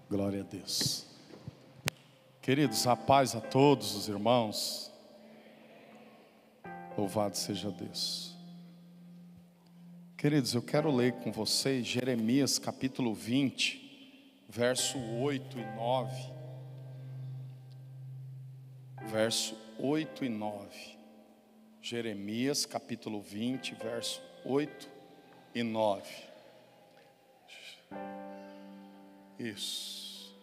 Glória a Deus. Queridos, a paz a todos os irmãos. Louvado seja Deus. Queridos, eu quero ler com vocês Jeremias capítulo 20, verso 8 e 9. Verso 8 e 9. Jeremias capítulo 20, verso 8 e 9. Isso.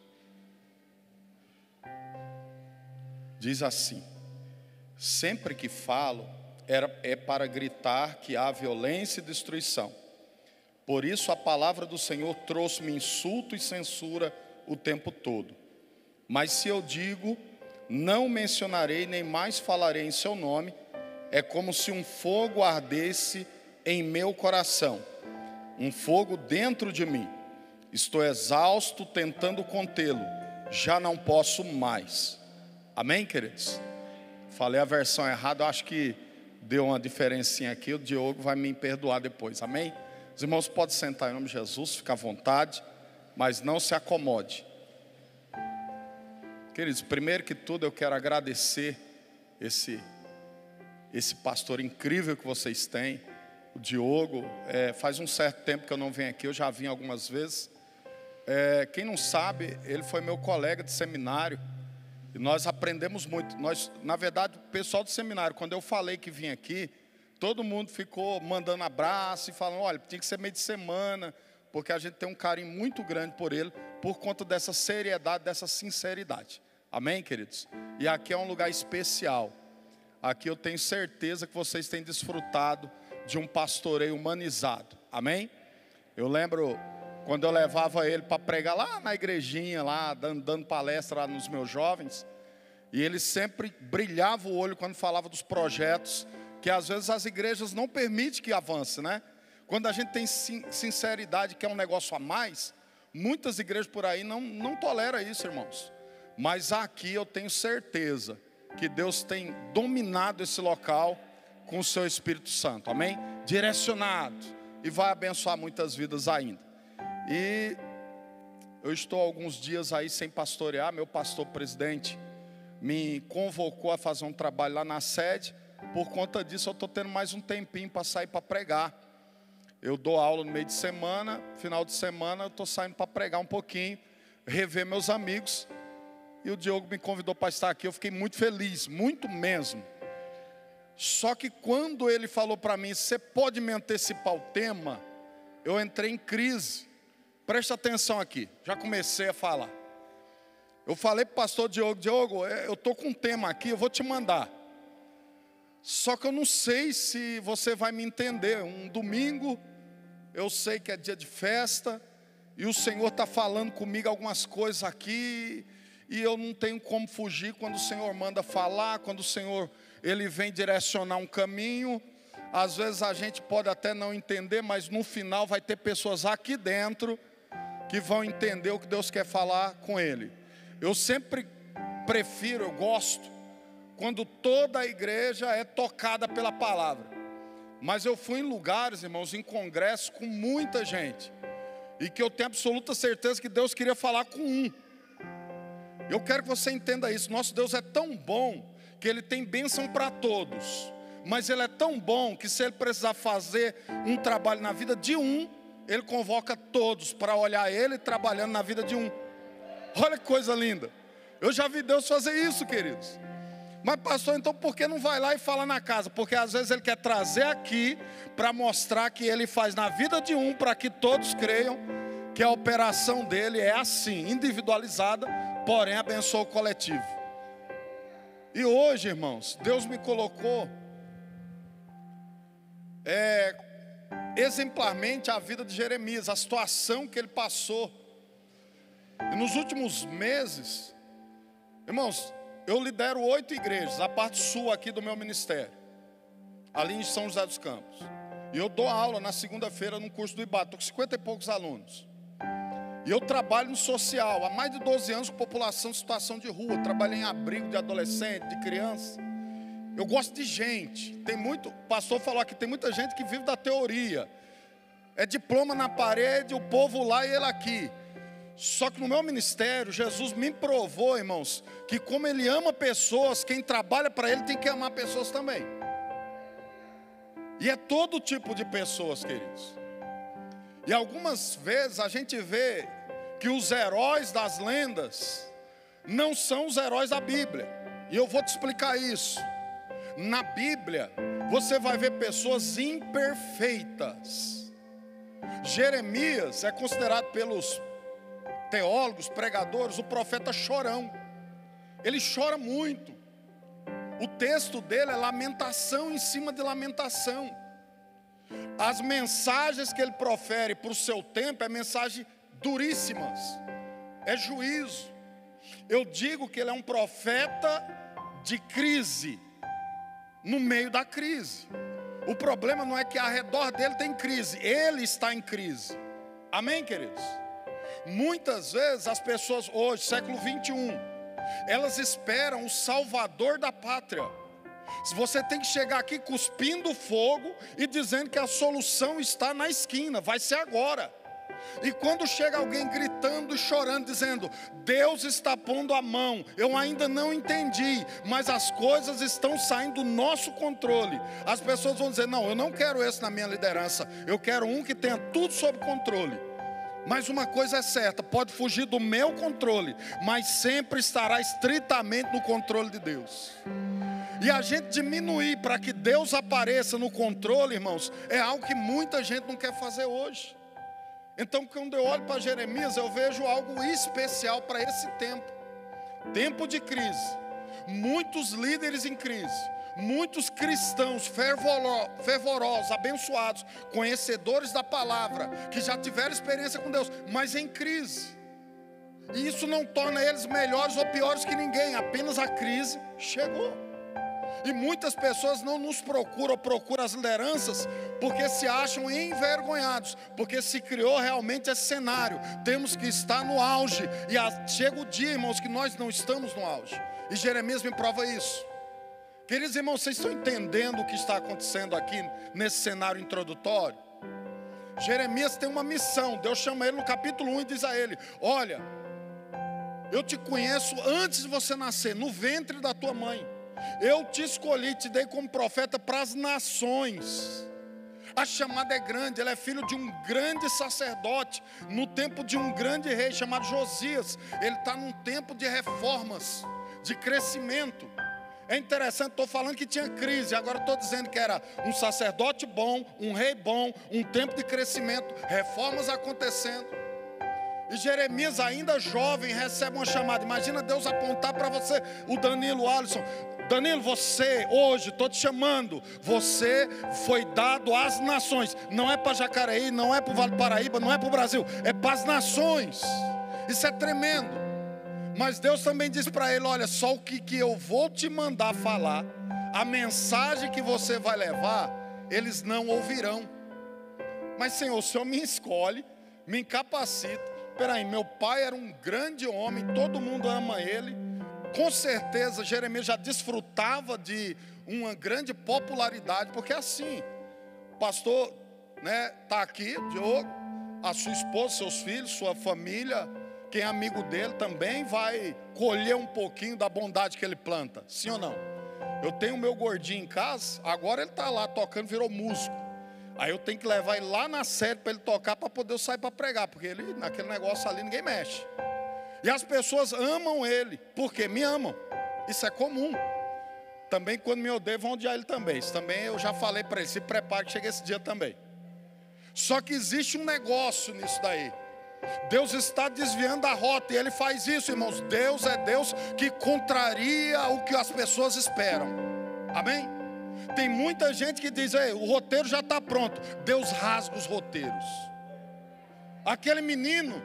Diz assim: sempre que falo é para gritar que há violência e destruição. Por isso a palavra do Senhor trouxe-me insulto e censura o tempo todo. Mas se eu digo, não mencionarei nem mais falarei em seu nome, é como se um fogo ardesse em meu coração, um fogo dentro de mim. Estou exausto tentando contê-lo, já não posso mais. Amém, queridos? Falei a versão errada, eu acho que deu uma diferencinha aqui. O Diogo vai me perdoar depois, amém? Os irmãos podem sentar em nome de Jesus, fica à vontade, mas não se acomode. Queridos, primeiro que tudo eu quero agradecer esse pastor incrível que vocês têm, o Diogo. Faz um certo tempo que eu não venho aqui, eu já vim algumas vezes. Quem não sabe, ele foi meu colega de seminário. E nós aprendemos muito. Na verdade, o pessoal do seminário, quando eu falei que vim aqui, todo mundo ficou mandando abraço e falando: olha, tinha que ser meio de semana, porque a gente tem um carinho muito grande por ele, por conta dessa seriedade, dessa sinceridade. Amém, queridos? E aqui é um lugar especial. Aqui eu tenho certeza que vocês têm desfrutado de um pastoreio humanizado. Amém? Eu lembro quando eu levava ele para pregar lá na igrejinha, lá dando palestra lá nos meus jovens, e ele sempre brilhava o olho quando falava dos projetos, que às vezes as igrejas não permitem que avance, né? Quando a gente tem sinceridade, que é um negócio a mais, muitas igrejas por aí não toleram isso, irmãos. Mas aqui eu tenho certeza que Deus tem dominado esse local com o seu Espírito Santo, amém? Direcionado, e vai abençoar muitas vidas ainda. E eu estou alguns dias aí sem pastorear. Meu pastor presidente me convocou a fazer um trabalho lá na sede. Por conta disso eu estou tendo mais um tempinho para sair para pregar. Eu dou aula no meio de semana, final de semana eu estou saindo para pregar um pouquinho, rever meus amigos. E o Diogo me convidou para estar aqui, eu fiquei muito feliz, muito mesmo. Só que quando ele falou para mim: você pode me antecipar o tema? Eu entrei em crise. Presta atenção aqui, já comecei a falar. Eu falei para o pastor Diogo: Diogo, eu estou com um tema aqui, eu vou te mandar. Só que eu não sei se você vai me entender. Um domingo, eu sei que é dia de festa, e o Senhor está falando comigo algumas coisas aqui, e eu não tenho como fugir quando o Senhor manda falar, quando o Senhor Ele vem direcionar um caminho. Às vezes a gente pode até não entender, mas no final vai ter pessoas aqui dentro que vão entender o que Deus quer falar com ele. Eu sempre prefiro, eu gosto, quando toda a igreja é tocada pela palavra. Mas eu fui em lugares, irmãos, em congressos com muita gente, e que eu tenho absoluta certeza que Deus queria falar com um. Eu quero que você entenda isso. Nosso Deus é tão bom que Ele tem bênção para todos. Mas Ele é tão bom que se Ele precisar fazer um trabalho na vida de um, Ele convoca todos para olhar Ele trabalhando na vida de um. Olha que coisa linda. Eu já vi Deus fazer isso, queridos. Mas pastor, então por que não vai lá e fala na casa? Porque às vezes Ele quer trazer aqui para mostrar que Ele faz na vida de um, para que todos creiam que a operação dele é assim, individualizada, porém abençoa o coletivo. E hoje, irmãos, Deus me colocou exemplarmente a vida de Jeremias, a situação que ele passou. E nos últimos meses, irmãos, eu lidero 8 igrejas, a parte sul aqui do meu ministério, ali em São José dos Campos. E eu dou aula na segunda-feira no curso do IBAT, estou com 50 e poucos alunos. E eu trabalho no social, há mais de 12 anos com população em situação de rua. Trabalhei em abrigo de adolescente, de criança. Eu gosto de gente. O pastor falou aqui, tem muita gente que vive da teoria. É diploma na parede, o povo lá e ele aqui. Só que no meu ministério, Jesus me provou, irmãos, que como Ele ama pessoas, quem trabalha para Ele tem que amar pessoas também. E é todo tipo de pessoas, queridos. E algumas vezes a gente vê que os heróis das lendas não são os heróis da Bíblia. E eu vou te explicar isso. Na Bíblia, você vai ver pessoas imperfeitas. Jeremias é considerado pelos teólogos, pregadores, o profeta chorão. Ele chora muito. O texto dele é lamentação em cima de lamentação. As mensagens que ele profere para o seu tempo é mensagens duríssimas, é juízo. Eu digo que ele é um profeta de crise, no meio da crise. O problema não é que ao redor dele tem crise, ele está em crise. Amém, queridos? Muitas vezes as pessoas hoje, século 21, elas esperam o salvador da pátria. Se você tem que chegar aqui cuspindo fogo e dizendo que a solução está na esquina, vai ser agora. E quando chega alguém gritando e chorando, dizendo: Deus está pondo a mão, eu ainda não entendi, mas as coisas estão saindo do nosso controle. As pessoas vão dizer: não, eu não quero esse na minha liderança, eu quero um que tenha tudo sob controle. Mas uma coisa é certa, pode fugir do meu controle, mas sempre estará estritamente no controle de Deus. E a gente diminuir para que Deus apareça no controle, irmãos, é algo que muita gente não quer fazer hoje. Então, quando eu olho para Jeremias, eu vejo algo especial para esse tempo. Tempo de crise. Muitos líderes em crise. Muitos cristãos fervorosos, abençoados, conhecedores da palavra, que já tiveram experiência com Deus, mas em crise. E isso não torna eles melhores ou piores que ninguém, apenas a crise chegou. E muitas pessoas não nos procuram as lideranças porque se acham envergonhados, porque se criou realmente esse cenário. Temos que estar no auge, e chega o dia, irmãos, que nós não estamos no auge. E Jeremias me prova isso. Queridos irmãos, vocês estão entendendo o que está acontecendo aqui nesse cenário introdutório? Jeremias tem uma missão. Deus chama ele no capítulo 1 e diz a ele: olha, eu te conheço antes de você nascer, no ventre da tua mãe. Eu te escolhi, te dei como profeta para as nações. A chamada é grande, ele é filho de um grande sacerdote, no tempo de um grande rei chamado Josias. Ele está num tempo de reformas, de crescimento. É interessante, estou falando que tinha crise, agora estou dizendo que era um sacerdote bom, um rei bom, um tempo de crescimento, reformas acontecendo. E Jeremias, ainda jovem, recebe uma chamada. Imagina Deus apontar para você, o Danilo Alisson: Danilo, você, hoje, estou te chamando. Você foi dado às nações. Não é para Jacareí, não é para o Vale do Paraíba, não é para o Brasil, é para as nações. Isso é tremendo. Mas Deus também diz para ele: olha, só o que eu vou te mandar falar, a mensagem que você vai levar, eles não ouvirão. Mas Senhor, o Senhor me escolhe, me incapacita. Peraí, meu pai era um grande homem, todo mundo ama ele. Com certeza Jeremias já desfrutava de uma grande popularidade, porque assim, o pastor, está aqui, Diogo, a sua esposa, seus filhos, sua família, quem é amigo dele também vai colher um pouquinho da bondade que ele planta, sim ou não? Eu tenho o meu gordinho em casa, agora ele está lá tocando, virou músico. Aí eu tenho que levar ele lá na sede para ele tocar, para poder eu sair para pregar, porque ele, naquele negócio ali, ninguém mexe. E as pessoas amam ele, porque me amam. Isso é comum. Também quando me odeiam, vão odiar ele também. Isso também eu já falei para ele: se prepare que chega esse dia também. Só que existe um negócio nisso daí. Deus está desviando a rota, e Ele faz isso, irmãos. Deus é Deus que contraria o que as pessoas esperam. Amém? Tem muita gente que diz: ei, o roteiro já está pronto. Deus rasga os roteiros. Aquele menino,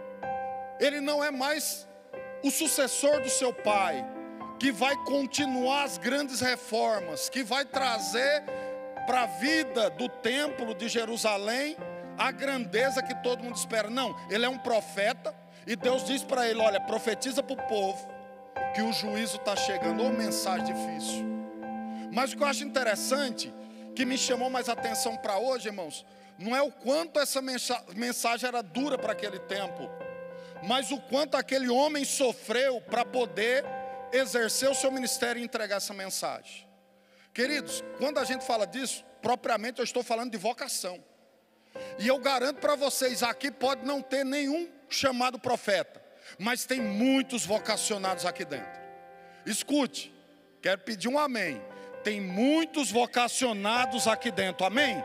ele não é mais o sucessor do seu pai, que vai continuar as grandes reformas, que vai trazer para a vida do templo de Jerusalém a grandeza que todo mundo espera. Não, ele é um profeta, e Deus diz para ele: olha, profetiza para o povo que o juízo está chegando. Ô, mensagem difícil. Mas o que eu acho interessante, que me chamou mais atenção para hoje, irmãos, não é o quanto essa mensagem era dura para aquele tempo. mas o quanto aquele homem sofreu para poder exercer o seu ministério e entregar essa mensagem. Queridos, quando a gente fala disso, propriamente eu estou falando de vocação. E eu garanto para vocês, aqui pode não ter nenhum chamado profeta, mas tem muitos vocacionados aqui dentro. Escute, quero pedir um amém. Tem muitos vocacionados aqui dentro, amém?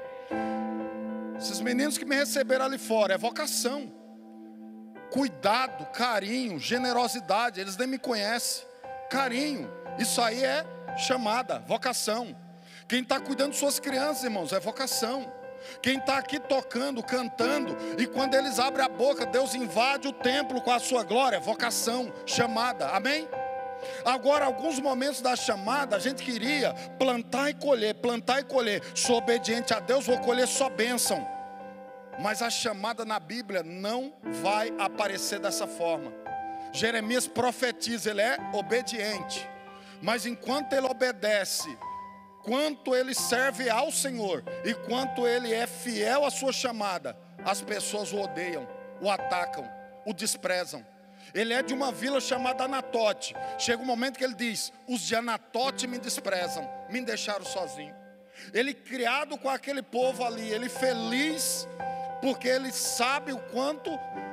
Esses meninos que me receberam ali fora, é vocação. Cuidado, carinho, generosidade, eles nem me conhecem. Carinho, isso aí é chamada, vocação. Quem está cuidando de suas crianças, irmãos, é vocação. Quem está aqui tocando, cantando, e quando eles abrem a boca, Deus invade o templo com a sua glória, vocação, chamada, amém? Agora, alguns momentos da chamada, a gente queria plantar e colher, plantar e colher. Sou obediente a Deus, vou colher só bênção. Mas a chamada na Bíblia não vai aparecer dessa forma. Jeremias profetiza, ele é obediente, mas enquanto ele obedece, quanto ele serve ao Senhor e quanto ele é fiel à sua chamada, as pessoas o odeiam, o atacam, o desprezam. Ele é de uma vila chamada Anatote. Chega um momento que ele diz: os de Anatote me desprezam, me deixaram sozinho. Ele criado com aquele povo ali, ele feliz, porque ele sabe o quanto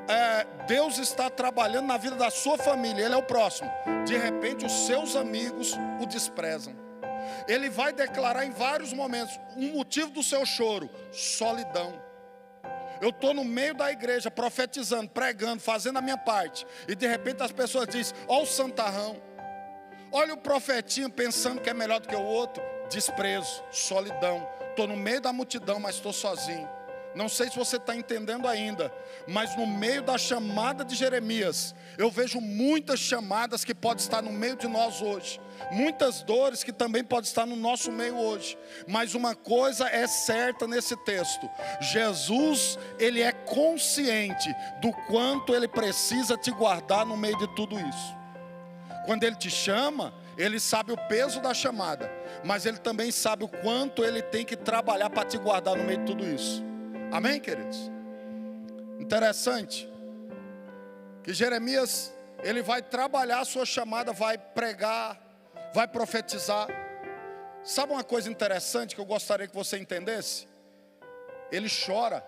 Deus está trabalhando na vida da sua família. Ele é o próximo. De repente os seus amigos o desprezam. Ele vai declarar em vários momentos um motivo do seu choro: solidão. Eu estou no meio da igreja profetizando, pregando, fazendo a minha parte, e de repente as pessoas dizem: olha o santarrão, olha o profetinho pensando que é melhor do que o outro. Desprezo, solidão. Estou no meio da multidão, mas estou sozinho. Não sei se você está entendendo ainda, mas no meio da chamada de Jeremias, eu vejo muitas chamadas que podem estar no meio de nós hoje, muitas dores que também podem estar no nosso meio hoje. Mas uma coisa é certa nesse texto: Jesus, ele é consciente do quanto ele precisa te guardar no meio de tudo isso. Quando ele te chama, ele sabe o peso da chamada, mas ele também sabe o quanto ele tem que trabalhar para te guardar no meio de tudo isso. Amém, queridos? Interessante que Jeremias, ele vai trabalhar a sua chamada, vai pregar, vai profetizar. Sabe uma coisa interessante que eu gostaria que você entendesse? Ele chora,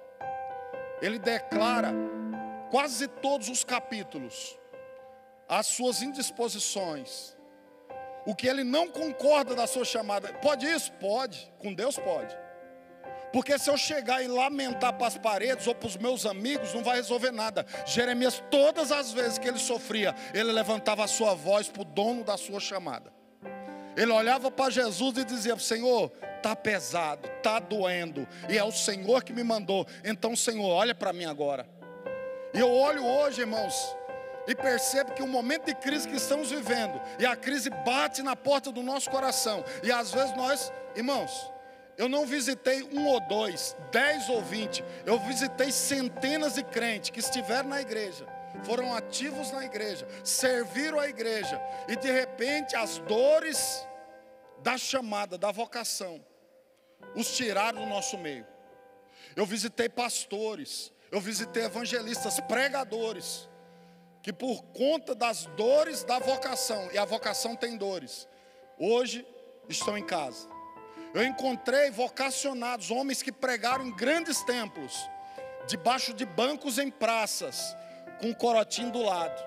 ele declara quase todos os capítulos as suas indisposições, o que ele não concorda da sua chamada. Pode isso? Pode, com Deus pode. Porque se eu chegar e lamentar para as paredes ou para os meus amigos, não vai resolver nada. Jeremias, todas as vezes que ele sofria, ele levantava a sua voz para o dono da sua chamada. Ele olhava para Jesus e dizia: Senhor, está pesado, está doendo, e é o Senhor que me mandou. Então, Senhor, olha para mim agora. E eu olho hoje, irmãos, e percebo que o momento de crise que estamos vivendo, e a crise bate na porta do nosso coração, e às vezes nós, irmãos, eu não visitei 1 ou 2, 10 ou 20. Eu visitei centenas de crentes que estiveram na igreja, foram ativos na igreja, serviram a igreja, e de repente as dores da chamada, da vocação, os tiraram do nosso meio. Eu visitei pastores, eu visitei evangelistas, pregadores, que por conta das dores da vocação, e a vocação tem dores, hoje estão em casa. Eu encontrei vocacionados, homens que pregaram em grandes templos, debaixo de bancos em praças, com um corotinho do lado.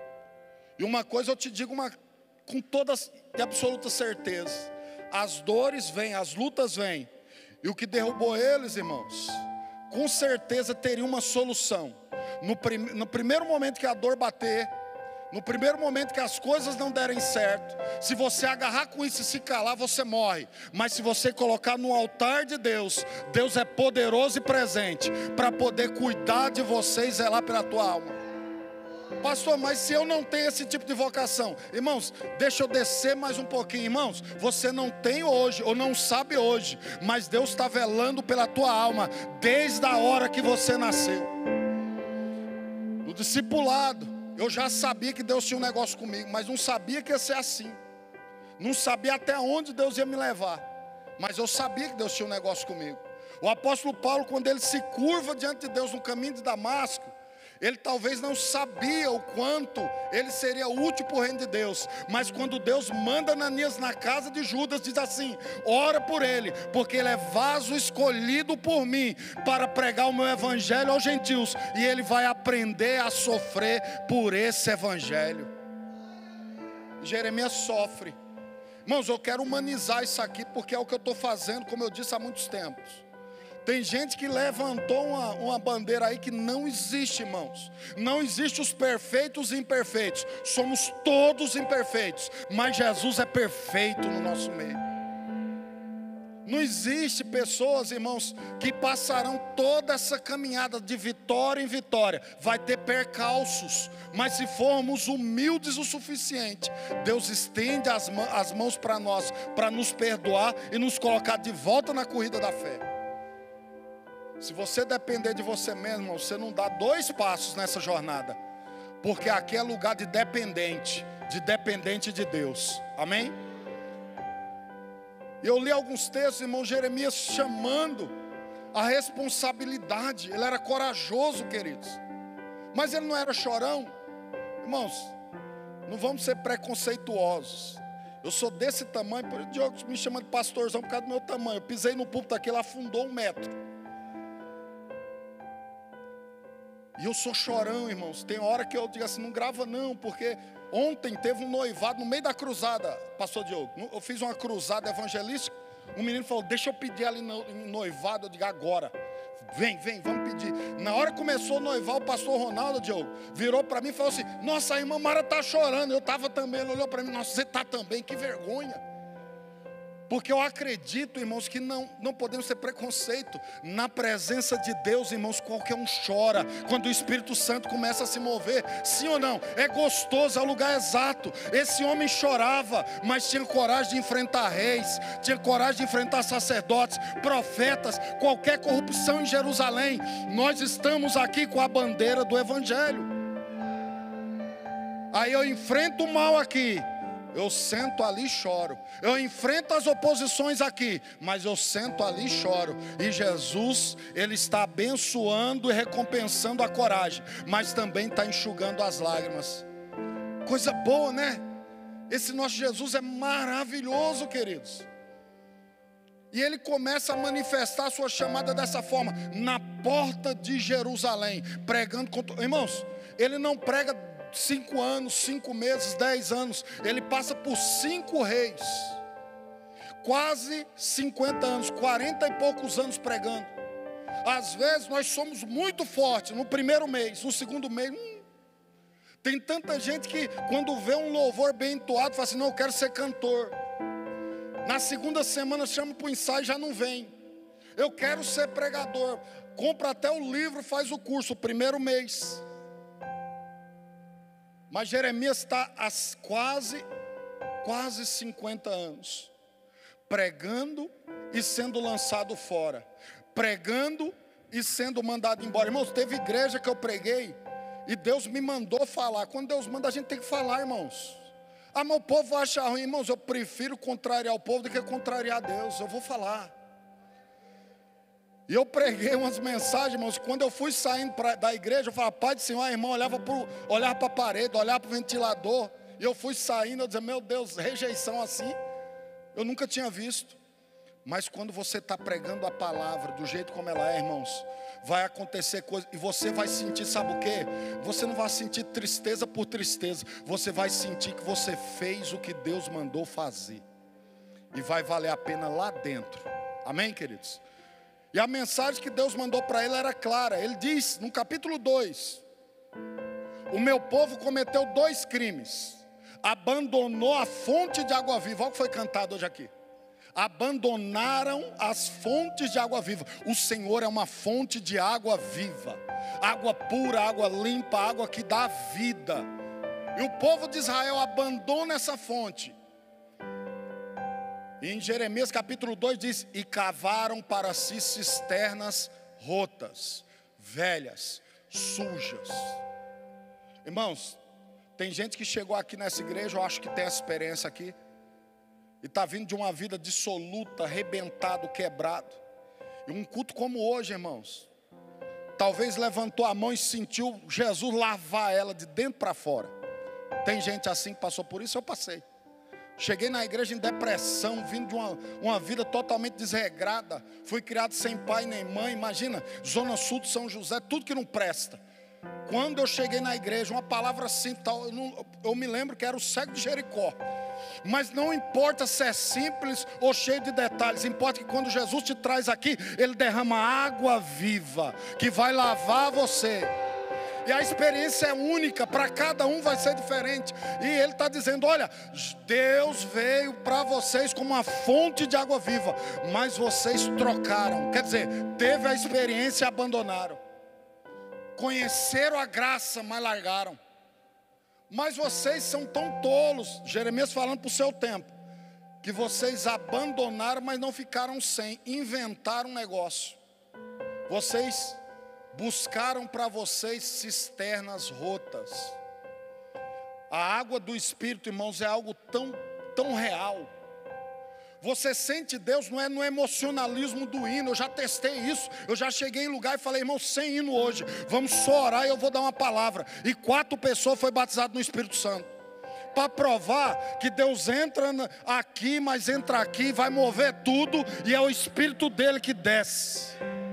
E uma coisa eu te digo com toda e absoluta certeza: as dores vêm, as lutas vêm, e o que derrubou eles, irmãos, com certeza teria uma solução. No primeiro momento que a dor bater, no primeiro momento que as coisas não derem certo, se você agarrar com isso e se calar, você morre. Mas se você colocar no altar de Deus, Deus é poderoso e presente para poder cuidar de você e zelar pela tua alma. Pastor, mas se eu não tenho esse tipo de vocação? Irmãos, deixa eu descer mais um pouquinho. Irmãos, você não tem hoje, ou não sabe hoje, mas Deus está velando pela tua alma desde a hora que você nasceu. No discipulado, eu já sabia que Deus tinha um negócio comigo, mas não sabia que ia ser assim. Não sabia até onde Deus ia me levar, mas eu sabia que Deus tinha um negócio comigo. O apóstolo Paulo, quando ele se curva diante de Deus no caminho de Damasco, Ele talvez não sabia o quanto ele seria útil para o reino de Deus. Mas quando Deus manda Ananias na casa de Judas, diz assim: ora por ele, porque ele é vaso escolhido por mim para pregar o meu evangelho aos gentios. E ele vai aprender a sofrer por esse evangelho. Jeremias sofre. Irmãos, eu quero humanizar isso aqui, porque é o que eu estou fazendo, como eu disse, há muitos tempos. Tem gente que levantou uma bandeira aí que não existe, irmãos. Não existe os perfeitos e imperfeitos. Somos todos imperfeitos, mas Jesus é perfeito no nosso meio. Não existe pessoas, irmãos, que passarão toda essa caminhada de vitória em vitória. Vai ter percalços, mas se formos humildes o suficiente, Deus estende as mãos para nós, para nos perdoar e nos colocar de volta na corrida da fé. Se você depender de você mesmo, irmão, você não dá 2 passos nessa jornada, porque aqui é lugar de dependente de Deus. Amém? Eu li alguns textos, irmão, Jeremias chamando a responsabilidade. Ele era corajoso, queridos, mas ele não era chorão. Irmãos, não vamos ser preconceituosos. Eu sou desse tamanho, por isso o Diogo me chama de pastorzão por causa do meu tamanho. Eu pisei no púlpito aqui, ele afundou 1 metro. E eu sou chorão, irmãos. Tem hora que eu digo assim, não grava não, porque ontem teve um noivado no meio da cruzada, pastor Diogo. Eu fiz uma cruzada evangelística. Um menino falou, deixa eu pedir ali no noivado. Eu digo, agora. Vem, vamos pedir. Na hora que começou a noivar, o pastor Ronaldo, Diogo, virou para mim e falou assim, nossa, a irmã Mara está chorando. Eu estava também, ele olhou para mim, nossa, você está também, que vergonha. Porque eu acredito, irmãos, que não podemos ter preconceito. Na presença de Deus, irmãos, qualquer um chora quando o Espírito Santo começa a se mover. Sim ou não? É gostoso, é o lugar exato. Esse homem chorava, mas tinha coragem de enfrentar reis, tinha coragem de enfrentar sacerdotes, profetas, qualquer corrupção em Jerusalém. Nós estamos aqui com a bandeira do Evangelho. Aí eu enfrento o mal aqui, eu sento ali e choro. Eu enfrento as oposições aqui, mas eu sento ali e choro. E Jesus, Ele está abençoando e recompensando a coragem, mas também está enxugando as lágrimas. Coisa boa, né? Esse nosso Jesus é maravilhoso, queridos. E Ele começa a manifestar a sua chamada dessa forma, na porta de Jerusalém, pregando contra... Irmãos, Ele não prega 5 anos, 5 meses, 10 anos. Ele passa por 5 reis, quase 50 anos, 40 e poucos anos pregando. Às vezes nós somos muito fortes no primeiro mês, no segundo mês tem tanta gente que quando vê um louvor bem entoado, fala assim, não, eu quero ser cantor. Na segunda semana chama para o ensaio e já não vem. Eu quero ser pregador. Compra até o livro, faz o curso, o primeiro mês. Mas Jeremias está há quase 50 anos, pregando e sendo lançado fora, pregando e sendo mandado embora. Irmãos, teve igreja que eu preguei e Deus me mandou falar. Quando Deus manda, a gente tem que falar, irmãos. Ah, mas o povo acha ruim. Irmãos, eu prefiro contrariar o povo do que contrariar Deus. Eu vou falar. E eu preguei umas mensagens, irmãos. Quando eu fui saindo da igreja, eu falava, Pai do Senhor, a irmã olhava para a parede, olhava para o ventilador. E eu fui saindo, eu dizia, meu Deus, rejeição assim, eu nunca tinha visto. Mas quando você está pregando a palavra do jeito como ela é, irmãos, vai acontecer coisa, e você vai sentir, sabe o quê? Você não vai sentir tristeza por tristeza, você vai sentir que você fez o que Deus mandou fazer. E vai valer a pena lá dentro. Amém, queridos? E a mensagem que Deus mandou para ele era clara. Ele diz no capítulo 2: o meu povo cometeu 2 crimes. Abandonou a fonte de água viva. Olha o que foi cantado hoje aqui. Abandonaram as fontes de água viva. O Senhor é uma fonte de água viva, água pura, água limpa, água que dá vida. E o povo de Israel abandona essa fonte. E em Jeremias capítulo 2 diz, e cavaram para si cisternas rotas, velhas, sujas. Irmãos, tem gente que chegou aqui nessa igreja, eu acho que tem essa experiência aqui, e está vindo de uma vida dissoluta, arrebentado, quebrado. E um culto como hoje, irmãos, talvez levantou a mão e sentiu Jesus lavar ela de dentro para fora. Tem gente assim que passou por isso, eu passei. Cheguei na igreja em depressão, vindo de uma vida totalmente desregrada. Fui criado sem pai nem mãe. Imagina, Zona Sul de São José, tudo que não presta. Quando eu cheguei na igreja, uma palavra simples, eu me lembro que era o cego de Jericó. Mas não importa se é simples ou cheio de detalhes, importa que quando Jesus te traz aqui, Ele derrama água viva, que vai lavar você. E a experiência é única, para cada um vai ser diferente. E Ele está dizendo, olha, Deus veio para vocês como uma fonte de água viva, mas vocês trocaram. Quer dizer, teve a experiência e abandonaram. Conheceram a graça, mas largaram. Mas vocês são tão tolos, Jeremias falando para o seu tempo, que vocês abandonaram, mas não ficaram sem, inventaram um negócio. Vocês buscaram para vocês cisternas rotas. A água do Espírito, irmãos, é algo tão real. Você sente Deus, não é no emocionalismo do hino. Eu já testei isso. Eu já cheguei em lugar e falei, irmão, sem hino hoje, vamos só orar e eu vou dar uma palavra. E 4 pessoas foram batizadas no Espírito Santo. Para provar que Deus entra aqui, mas entra aqui, vai mover tudo, e é o Espírito dele que desce.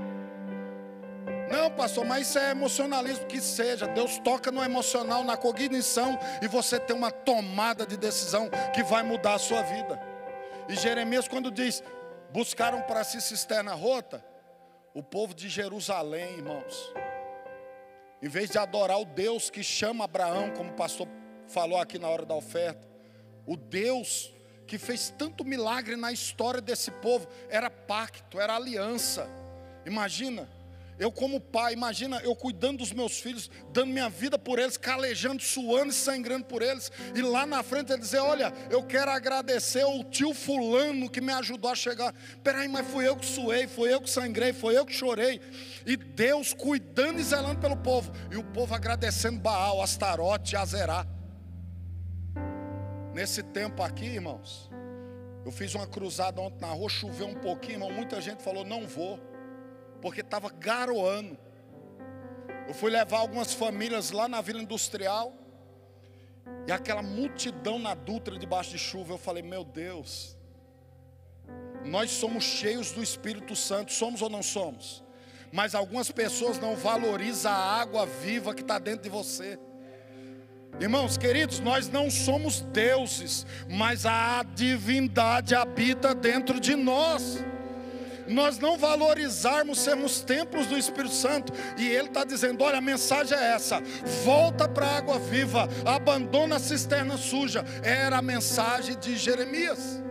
Não, pastor, mas isso é emocionalismo. Que seja, Deus toca no emocional, na cognição, e você tem uma tomada de decisão que vai mudar a sua vida. E Jeremias, quando diz, buscaram para si cisterna rota, o povo de Jerusalém, irmãos, em vez de adorar o Deus que chama Abraão, como o pastor falou aqui na hora da oferta, o Deus que fez tanto milagre na história desse povo, era pacto, era aliança. Imagina, eu como pai, imagina eu cuidando dos meus filhos, dando minha vida por eles, calejando, suando e sangrando por eles, e lá na frente ele dizer, olha, eu quero agradecer o tio fulano que me ajudou a chegar. Peraí, mas fui eu que suei, fui eu que sangrei, foi eu que chorei. E Deus cuidando e zelando pelo povo, e o povo agradecendo Baal, Astarote, Azerá. Nesse tempo aqui, irmãos, eu fiz uma cruzada ontem na rua, choveu um pouquinho, irmão, muita gente falou, não vou, porque estava garoando. Eu fui levar algumas famílias lá na Vila Industrial, e aquela multidão na Dutra debaixo de chuva. Eu falei, meu Deus, nós somos cheios do Espírito Santo, somos ou não somos? Mas algumas pessoas não valorizam a água viva que está dentro de você. Irmãos queridos, nós não somos deuses, mas a divindade habita dentro de nós. Nós não valorizarmos sermos templos do Espírito Santo. E Ele está dizendo, olha, a mensagem é essa, volta para a água viva, abandona a cisterna suja. Era a mensagem de Jeremias.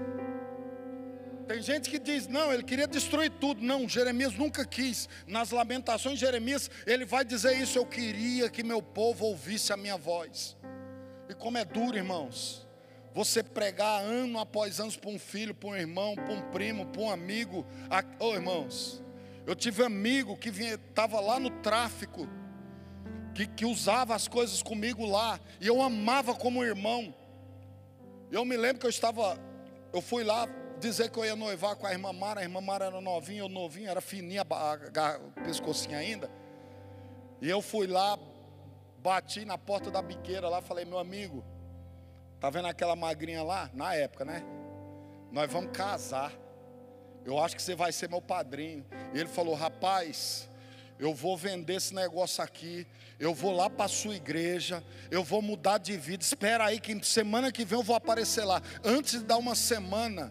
Tem gente que diz, não, ele queria destruir tudo. Não, Jeremias nunca quis. Nas lamentações de Jeremias, ele vai dizer isso, eu queria que meu povo ouvisse a minha voz. E como é duro, irmãos, você pregar ano após ano para um filho, para um irmão, para um primo, para um amigo. Oh, irmãos, eu tive um amigo que estava lá no tráfico, que usava as coisas comigo lá, e eu amava como irmão. Eu me lembro que eu fui lá dizer que eu ia noivar com a irmã Mara era novinha, eu novinho, era fininha, a pescocinho ainda. E eu fui lá, bati na porta da biqueira lá, falei, meu amigo, tá vendo aquela magrinha lá? Na época, né? Nós vamos casar. Eu acho que você vai ser meu padrinho. E ele falou, rapaz, eu vou vender esse negócio aqui, eu vou lá para a sua igreja, eu vou mudar de vida, espera aí que semana que vem eu vou aparecer lá. Antes de dar uma semana,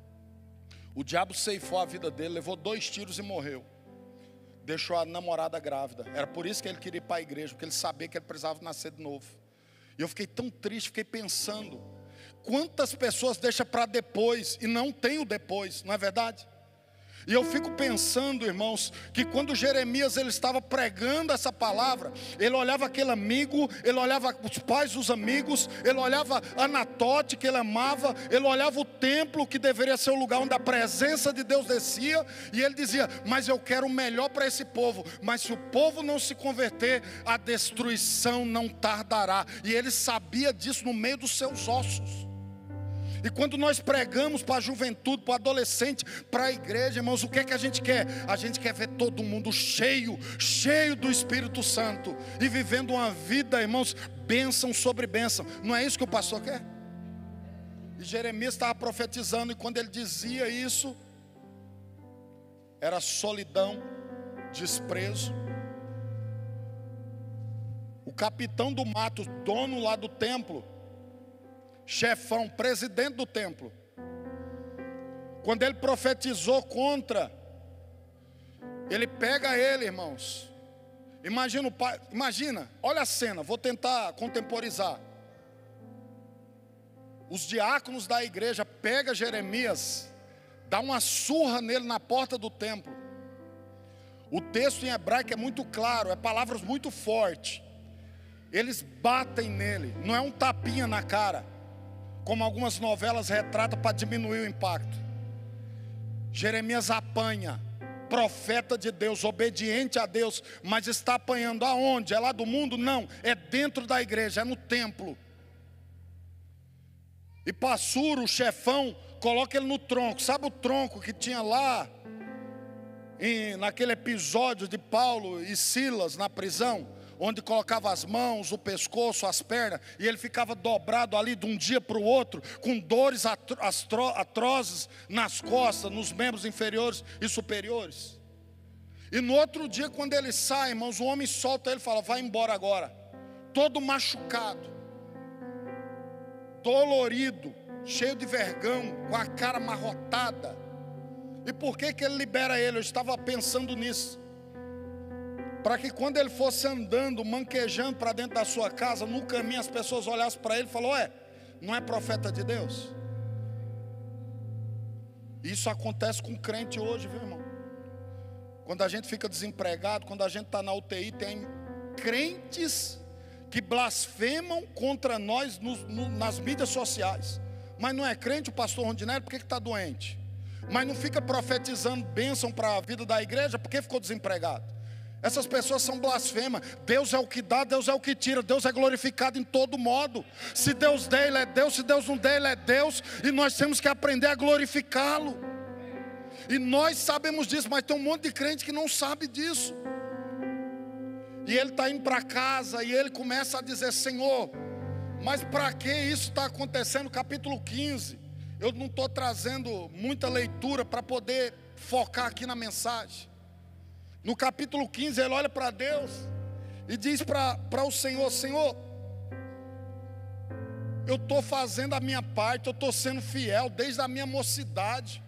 o diabo ceifou a vida dele, levou 2 tiros e morreu. Deixou a namorada grávida. Era por isso que ele queria ir para a igreja, porque ele sabia que ele precisava nascer de novo. E eu fiquei tão triste, fiquei pensando, quantas pessoas deixam para depois e não tem o depois, não é verdade? E eu fico pensando, irmãos, que quando Jeremias ele estava pregando essa palavra, ele olhava aquele amigo, ele olhava os pais dos amigos, ele olhava Anatote que ele amava, ele olhava o templo que deveria ser o lugar onde a presença de Deus descia, e ele dizia, mas eu quero o melhor para esse povo, mas se o povo não se converter, a destruição não tardará. E ele sabia disso no meio dos seus ossos. E quando nós pregamos para a juventude, para o adolescente, para a igreja, irmãos, o que é que a gente quer? A gente quer ver todo mundo cheio do Espírito Santo e vivendo uma vida, irmãos, bênção sobre bênção. Não é isso que o pastor quer? E Jeremias estava profetizando, e quando ele dizia isso, era solidão, desprezo. O capitão do mato, dono lá do templo, chefão, presidente do templo, quando ele profetizou contra, ele pega ele, irmãos. Imagina, olha a cena, vou tentar contemporizar. Os diáconos da igreja pegam Jeremias, dá uma surra nele na porta do templo. O texto em hebraico é muito claro, é palavras muito fortes. Eles batem nele, não é um tapinha na cara, como algumas novelas retratam para diminuir o impacto. Jeremias apanha, profeta de Deus, obediente a Deus, mas está apanhando aonde? É lá do mundo? Não, é dentro da igreja, é no templo. E Passuro, o chefão, coloca ele no tronco. Sabe o tronco que tinha lá, naquele episódio de Paulo e Silas na prisão? Onde colocava as mãos, o pescoço, as pernas, e ele ficava dobrado ali de um dia para o outro, com dores atrozes nas costas, nos membros inferiores e superiores. E no outro dia, quando ele sai, irmãos, o homem solta ele e fala: vai embora agora. Todo machucado, dolorido, cheio de vergão, com a cara amarrotada. E por que ele libera ele? Eu estava pensando nisso. Para que quando ele fosse andando, manquejando para dentro da sua casa, no caminho as pessoas olhassem para ele e falassem: ué, não é profeta de Deus? Isso acontece com crente hoje, viu, irmão? Quando a gente fica desempregado, quando a gente está na UTI, tem crentes que blasfemam contra nós nas mídias sociais. Mas não é crente o pastor Rondinelli, por que está doente? Mas não fica profetizando bênção para a vida da igreja, porque ficou desempregado. Essas pessoas são blasfemas. Deus é o que dá, Deus é o que tira. Deus é glorificado em todo modo. Se Deus der, Ele é Deus. Se Deus não der, Ele é Deus. E nós temos que aprender a glorificá-lo. E nós sabemos disso, mas tem um monte de crente que não sabe disso. E ele está indo para casa e ele começa a dizer: Senhor, mas para que isso está acontecendo? Capítulo 15. Eu não estou trazendo muita leitura para poder focar aqui na mensagem. No capítulo 15 ele olha para Deus e diz para o Senhor: Senhor, eu estou fazendo a minha parte, eu estou sendo fiel desde a minha mocidade.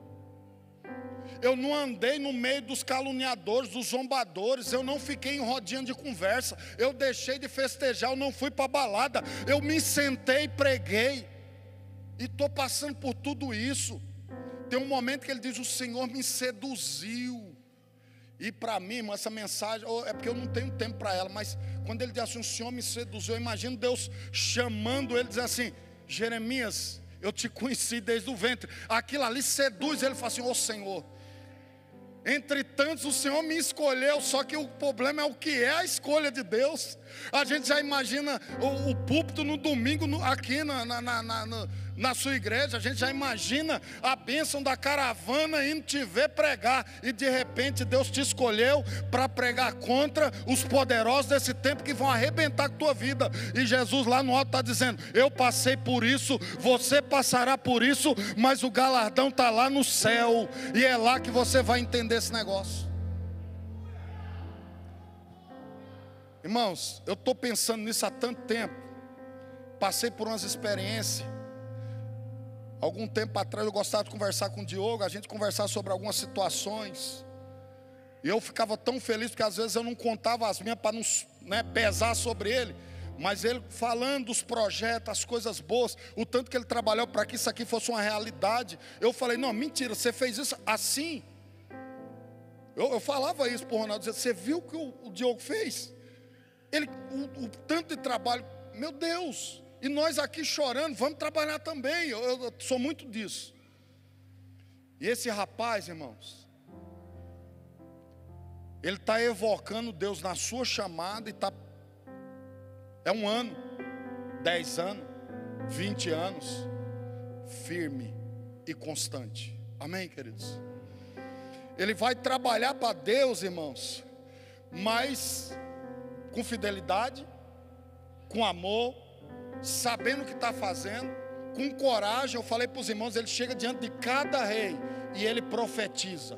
Eu não andei no meio dos caluniadores, dos zombadores. Eu não fiquei em rodinha de conversa. Eu deixei de festejar, eu não fui para a balada. Eu me sentei e preguei. E estou passando por tudo isso. Tem um momento que ele diz: o Senhor me seduziu. E para mim, irmão, essa mensagem, é porque eu não tenho tempo para ela, mas quando ele diz assim: o Senhor me seduziu, eu imagino Deus chamando ele, dizendo assim: Jeremias, eu te conheci desde o ventre. Aquilo ali seduz ele, fala assim: ô Senhor, entre tantos o Senhor me escolheu. Só que o problema é o que é a escolha de Deus. A gente já imagina o púlpito no domingo aqui na sua igreja. A gente já imagina a bênção da caravana indo te ver pregar. E de repente Deus te escolheu para pregar contra os poderosos desse tempo que vão arrebentar com a tua vida. E Jesus lá no alto está dizendo: eu passei por isso, você passará por isso, mas o galardão está lá no céu. E é lá que você vai entender esse negócio. Irmãos, eu estou pensando nisso há tanto tempo. Passei por umas experiências. Algum tempo atrás eu gostava de conversar com o Diogo, a gente conversar sobre algumas situações. E eu ficava tão feliz, porque às vezes eu não contava as minhas para não pesar sobre ele. Mas ele falando dos projetos, as coisas boas, o tanto que ele trabalhou para que isso aqui fosse uma realidade. Eu falei: não, mentira, você fez isso assim. Eu falava isso para o Ronaldo, dizia: você viu o que o Diogo fez? O tanto de trabalho, meu Deus. E nós aqui chorando, vamos trabalhar também. Eu sou muito disso. E esse rapaz, irmãos, ele está evocando Deus na sua chamada e está. É 1 ano, 10 anos, 20 anos, firme e constante. Amém, queridos? Ele vai trabalhar para Deus, irmãos, mas com fidelidade, com amor, sabendo o que está fazendo, com coragem. Eu falei para os irmãos, ele chega diante de cada rei e ele profetiza.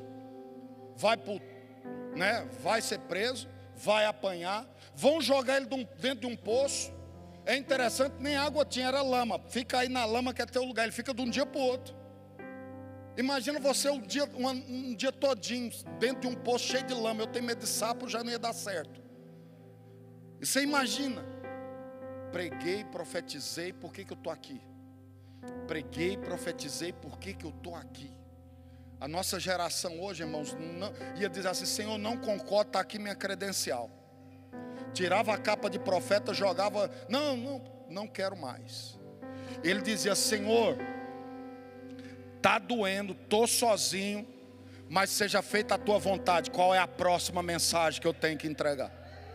Vai ser preso, vai apanhar, vão jogar ele dentro de um poço. É interessante, nem água tinha, era lama. Fica aí na lama que é teu lugar, ele fica de um dia para o outro. Imagina você um dia todinho dentro de um poço cheio de lama. Eu tenho medo de sapo, já não ia dar certo. E você imagina, preguei, profetizei, por que eu estou aqui? Preguei, profetizei, por que eu estou aqui? A nossa geração hoje, irmãos, ia dizer assim: Senhor, não concordo, está aqui minha credencial. Tirava a capa de profeta, jogava, não quero mais. Ele dizia: Senhor, está doendo, estou sozinho, mas seja feita a tua vontade. Qual é a próxima mensagem que eu tenho que entregar?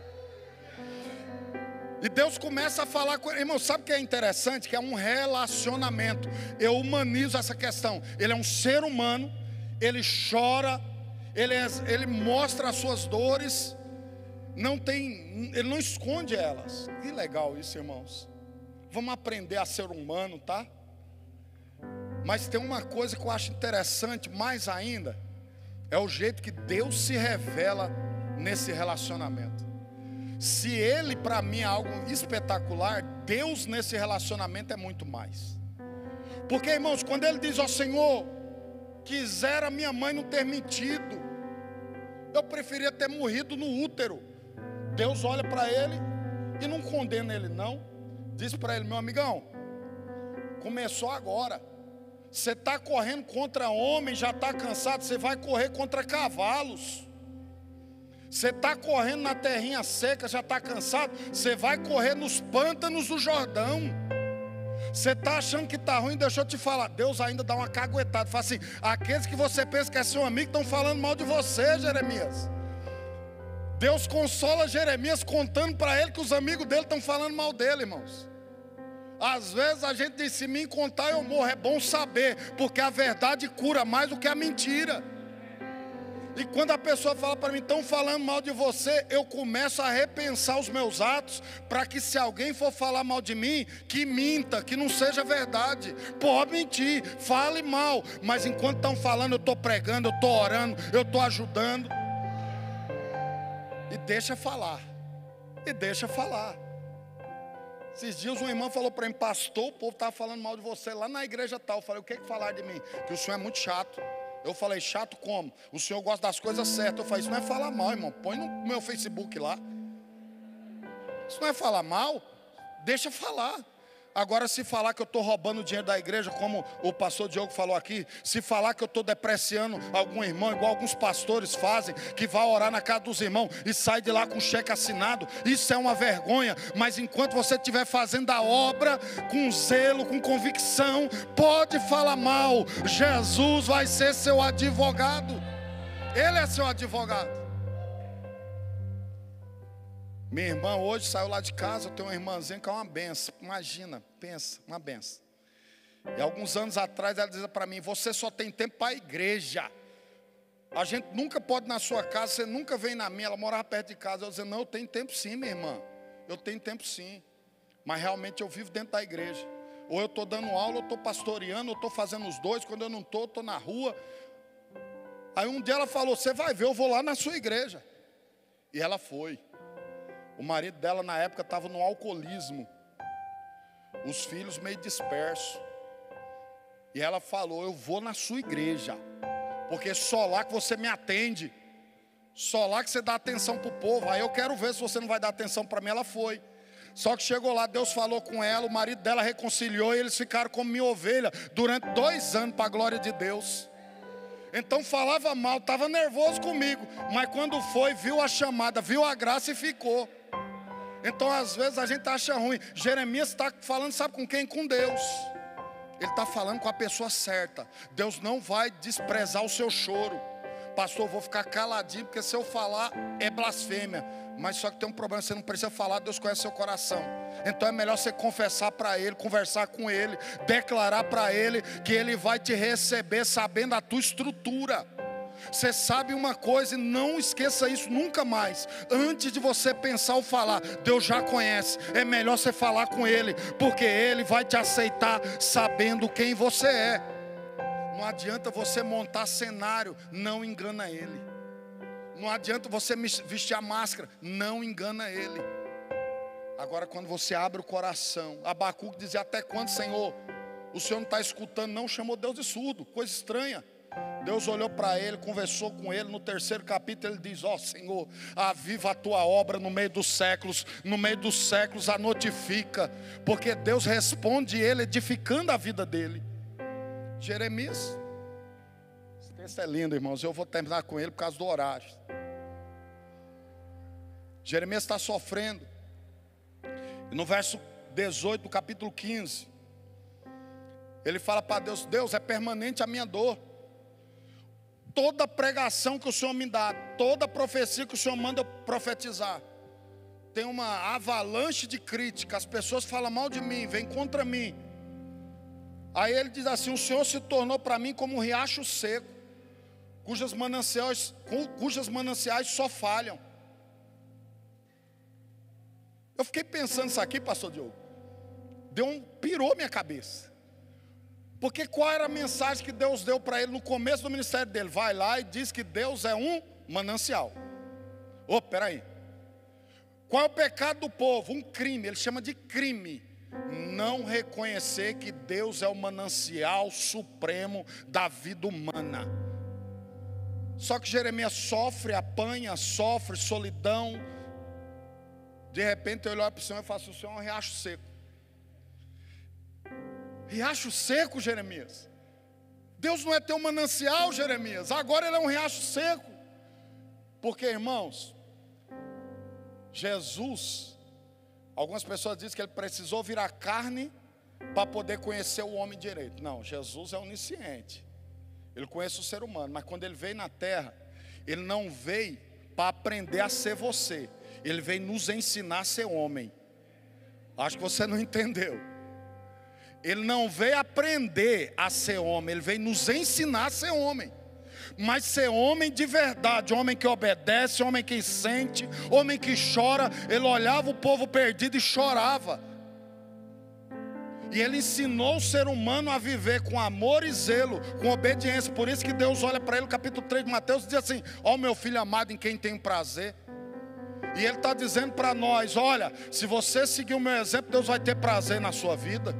E Deus começa a falar com ele. Irmão, sabe o que é interessante? Que é um relacionamento. Eu humanizo essa questão. Ele é um ser humano, ele chora, ele mostra as suas dores, ele não esconde elas. Que legal isso, irmãos. Vamos aprender a ser humano, tá? Mas tem uma coisa que eu acho interessante mais ainda, é o jeito que Deus se revela nesse relacionamento. Se ele para mim é algo espetacular, Deus nesse relacionamento é muito mais. Porque, irmãos, quando ele diz: ó Senhor, quisera minha mãe não ter mentido, eu preferia ter morrido no útero. Deus olha para ele e não condena ele não. Diz para ele: meu amigão, começou agora. Você está correndo contra homem, já está cansado, você vai correr contra cavalos. Você está correndo na terrinha seca, já está cansado, você vai correr nos pântanos do Jordão. Você está achando que está ruim, deixa eu te falar, Deus ainda dá uma caguetada. Fala assim: aqueles que você pensa que é seu amigo estão falando mal de você, Jeremias. Deus consola Jeremias contando para ele que os amigos dele estão falando mal dele, irmãos. Às vezes a gente diz: se me contar eu morro. É bom saber, porque a verdade cura mais do que a mentira. E quando a pessoa fala para mim: estão falando mal de você, eu começo a repensar os meus atos, para que se alguém for falar mal de mim, que minta, que não seja verdade. Pode mentir, fale mal, mas enquanto estão falando, eu estou pregando, eu estou orando, eu estou ajudando. E deixa falar. Esses dias uma irmã falou para mim: pastor, o povo estava falando mal de você lá na igreja tal. Eu falei: o que falar de mim? Que o senhor é muito chato. Eu falei: chato como? O senhor gosta das coisas certas. Eu falei: isso não é falar mal, irmão. Põe no meu Facebook lá. Isso não é falar mal? Deixa falar. Agora, se falar que eu estou roubando o dinheiro da igreja, como o pastor Diogo falou aqui, se falar que eu estou depreciando algum irmão, igual alguns pastores fazem, que vai orar na casa dos irmãos e sai de lá com cheque assinado, isso é uma vergonha. Mas enquanto você estiver fazendo a obra com zelo, com convicção, pode falar mal. Jesus vai ser seu advogado. Ele é seu advogado. Minha irmã hoje saiu lá de casa. Eu tenho uma irmãzinha que é uma benção. Imagina, pensa, uma benção. E alguns anos atrás ela dizia para mim: você só tem tempo para a igreja. A gente nunca pode ir na sua casa, você nunca vem na minha. Ela morava perto de casa. Eu dizia: não, eu tenho tempo sim, minha irmã. Eu tenho tempo sim. Mas realmente eu vivo dentro da igreja. Ou eu estou dando aula, ou estou pastoreando, ou estou fazendo os dois. Quando eu não estou na rua. Aí um dia ela falou: você vai ver, eu vou lá na sua igreja. E ela foi. O marido dela na época estava no alcoolismo. Os filhos meio dispersos. E ela falou: eu vou na sua igreja, porque só lá que você me atende. Só lá que você dá atenção para o povo. Aí eu quero ver se você não vai dar atenção para mim. Ela foi. Só que chegou lá, Deus falou com ela, o marido dela reconciliou, e eles ficaram como minha ovelha durante 2 anos, para a glória de Deus. Então falava mal, estava nervoso comigo, mas quando foi, viu a chamada, viu a graça e ficou. Então às vezes a gente acha ruim. Jeremias está falando, sabe com quem? Com Deus. Ele está falando com a pessoa certa. Deus não vai desprezar o seu choro, Pastor, eu vou ficar caladinho, porque se eu falar é blasfêmia. Mas só que tem um problema, você não precisa falar, Deus conhece seu coração. Então é melhor você confessar para Ele, conversar com Ele, declarar para Ele que Ele vai te receber sabendo a tua estrutura. Você sabe uma coisa e não esqueça isso nunca mais. Antes de você pensar ou falar, Deus já conhece. É melhor você falar com Ele, porque Ele vai te aceitar sabendo quem você é. Não adianta você montar cenário, não engana Ele. Não adianta você vestir a máscara, não engana Ele. Agora quando você abre o coração, Abacuque dizia, até quando, Senhor? O Senhor não está escutando, não, chamou Deus de surdo, coisa estranha. Deus olhou para ele, conversou com ele. No 3º capítulo ele diz, ó Senhor, aviva a tua obra no meio dos séculos. No meio dos séculos a notifica. Porque Deus responde ele edificando a vida dele. Jeremias, esse texto é lindo, irmãos. Eu vou terminar com ele por causa do horário. Jeremias está sofrendo. E no verso 18 do capítulo 15 ele fala para Deus, Deus, é permanente a minha dor. Toda pregação que o Senhor me dá, toda profecia que o Senhor manda profetizar, tem uma avalanche de crítica. As pessoas falam mal de mim, vêm contra mim. Aí ele diz assim, o Senhor se tornou para mim como um riacho seco, cujas mananciais só falham. Eu fiquei pensando isso aqui, pastor Diogo. Pirou minha cabeça. Porque qual era a mensagem que Deus deu para ele no começo do ministério dele? Vai lá e diz que Deus é um manancial. Peraí. Qual é o pecado do povo? Um crime, ele chama de crime. Não reconhecer que Deus é o manancial supremo da vida humana. Só que Jeremias sofre, apanha, sofre solidão. De repente eu olho para o Senhor e falo assim, o Senhor é um riacho seco. Riacho seco, Jeremias? Deus não é teu manancial, Jeremias. Agora ele é um riacho seco. Porque, irmãos, Jesus, algumas pessoas dizem que ele precisou virar carne para poder conhecer o homem direito. Não, Jesus é onisciente. Ele conhece o ser humano. Mas quando ele veio na terra, ele não veio para aprender a ser você. Ele veio nos ensinar a ser homem. Acho que você não entendeu. Ele não veio aprender a ser homem, ele veio nos ensinar a ser homem. Mas ser homem de verdade, homem que obedece, homem que sente, homem que chora. Ele olhava o povo perdido e chorava. E ele ensinou o ser humano a viver com amor e zelo, com obediência. Por isso que Deus olha para ele no capítulo 3 de Mateus e diz assim, ó meu filho amado em quem tem prazer. E ele está dizendo para nós, olha, se você seguir o meu exemplo, Deus vai ter prazer na sua vida.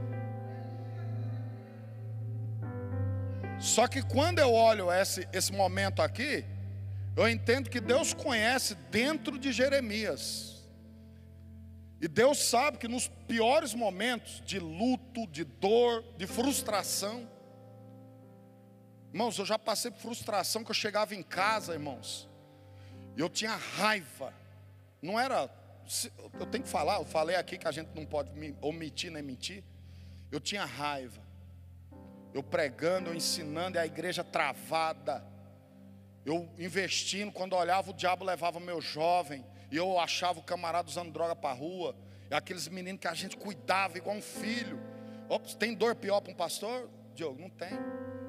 Só que quando eu olho esse momento aqui, eu entendo que Deus conhece dentro de Jeremias. E Deus sabe que nos piores momentos de luto, de dor, de frustração. Irmãos, eu já passei por frustração que eu chegava em casa, irmãos. E eu tinha raiva. Não era, eu tenho que falar, eu falei aqui que a gente não pode omitir nem mentir. Eu tinha raiva. Eu pregando, eu ensinando, e a igreja travada. Eu investindo, quando eu olhava o diabo levava meu jovem. E eu achava o camarada usando droga para a rua. E aqueles meninos que a gente cuidava igual um filho. Ops, tem dor pior para um pastor? Diogo, não tem.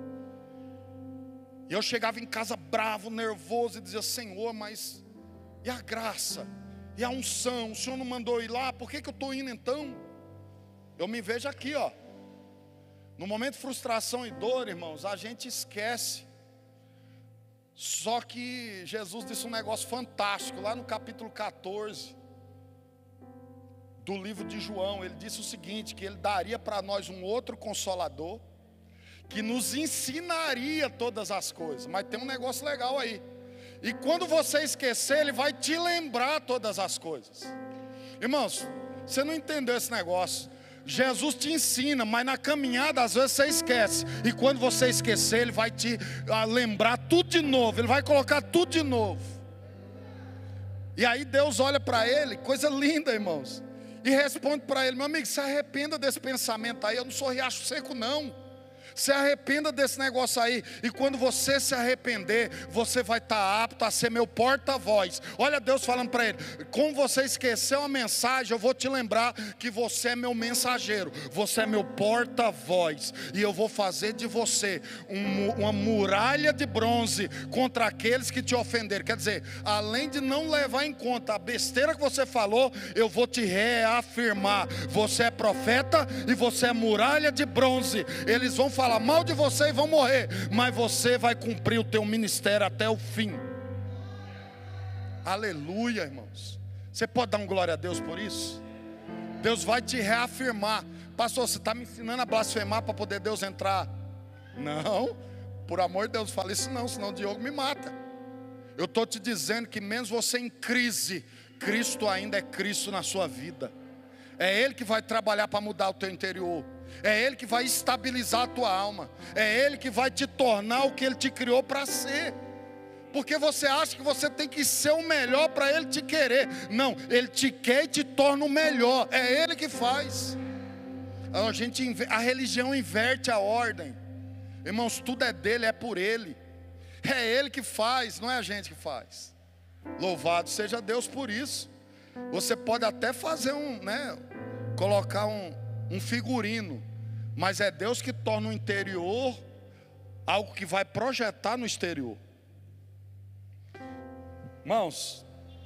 E eu chegava em casa bravo, nervoso e dizia, Senhor, mas e a graça? E a unção? O Senhor não mandou ir lá? Por que eu estou indo então? Eu me vejo aqui, ó. No momento de frustração e dor, irmãos, a gente esquece. Só que Jesus disse um negócio fantástico, lá no capítulo 14 do livro de João. Ele disse o seguinte, que ele daria para nós um outro consolador, que nos ensinaria todas as coisas. Mas tem um negócio legal aí. E quando você esquecer, ele vai te lembrar todas as coisas. Irmãos, você não entendeu esse negócio. Jesus te ensina, mas na caminhada às vezes você esquece. E quando você esquecer, ele vai te lembrar tudo de novo. Ele vai colocar tudo de novo. E aí Deus olha para ele, coisa linda, irmãos, e responde para ele, meu amigo, se arrependa desse pensamento aí. Eu não sou riacho seco não. Se arrependa desse negócio aí. E quando você se arrepender, você vai estar apto a ser meu porta-voz. Olha Deus falando para ele: como você esqueceu a mensagem, eu vou te lembrar que você é meu mensageiro, você é meu porta-voz. E eu vou fazer de você uma muralha de bronze contra aqueles que te ofenderam. Quer dizer, além de não levar em conta a besteira que você falou, eu vou te reafirmar. Você é profeta e você é muralha de bronze. Eles vão falar mal de você e vão morrer, mas você vai cumprir o teu ministério até o fim. Aleluia, irmãos. Você pode dar um glória a Deus por isso? Deus vai te reafirmar. Pastor, você está me ensinando a blasfemar para poder Deus entrar? Não, por amor de Deus, fala isso não, senão o Diogo me mata. Eu estou te dizendo que mesmo você em crise, Cristo ainda é Cristo na sua vida. É Ele que vai trabalhar para mudar o teu interior. É Ele que vai estabilizar a tua alma. É Ele que vai te tornar o que Ele te criou para ser. Porque você acha que você tem que ser o melhor para Ele te querer. Não, Ele te quer e te torna o melhor. É Ele que faz. A religião inverte a ordem. Irmãos, tudo é dele, é por Ele. É Ele que faz, não é a gente que faz. Louvado seja Deus por isso. Você pode até fazer colocar um figurino, mas é Deus que torna o interior algo que vai projetar no exterior. Irmãos,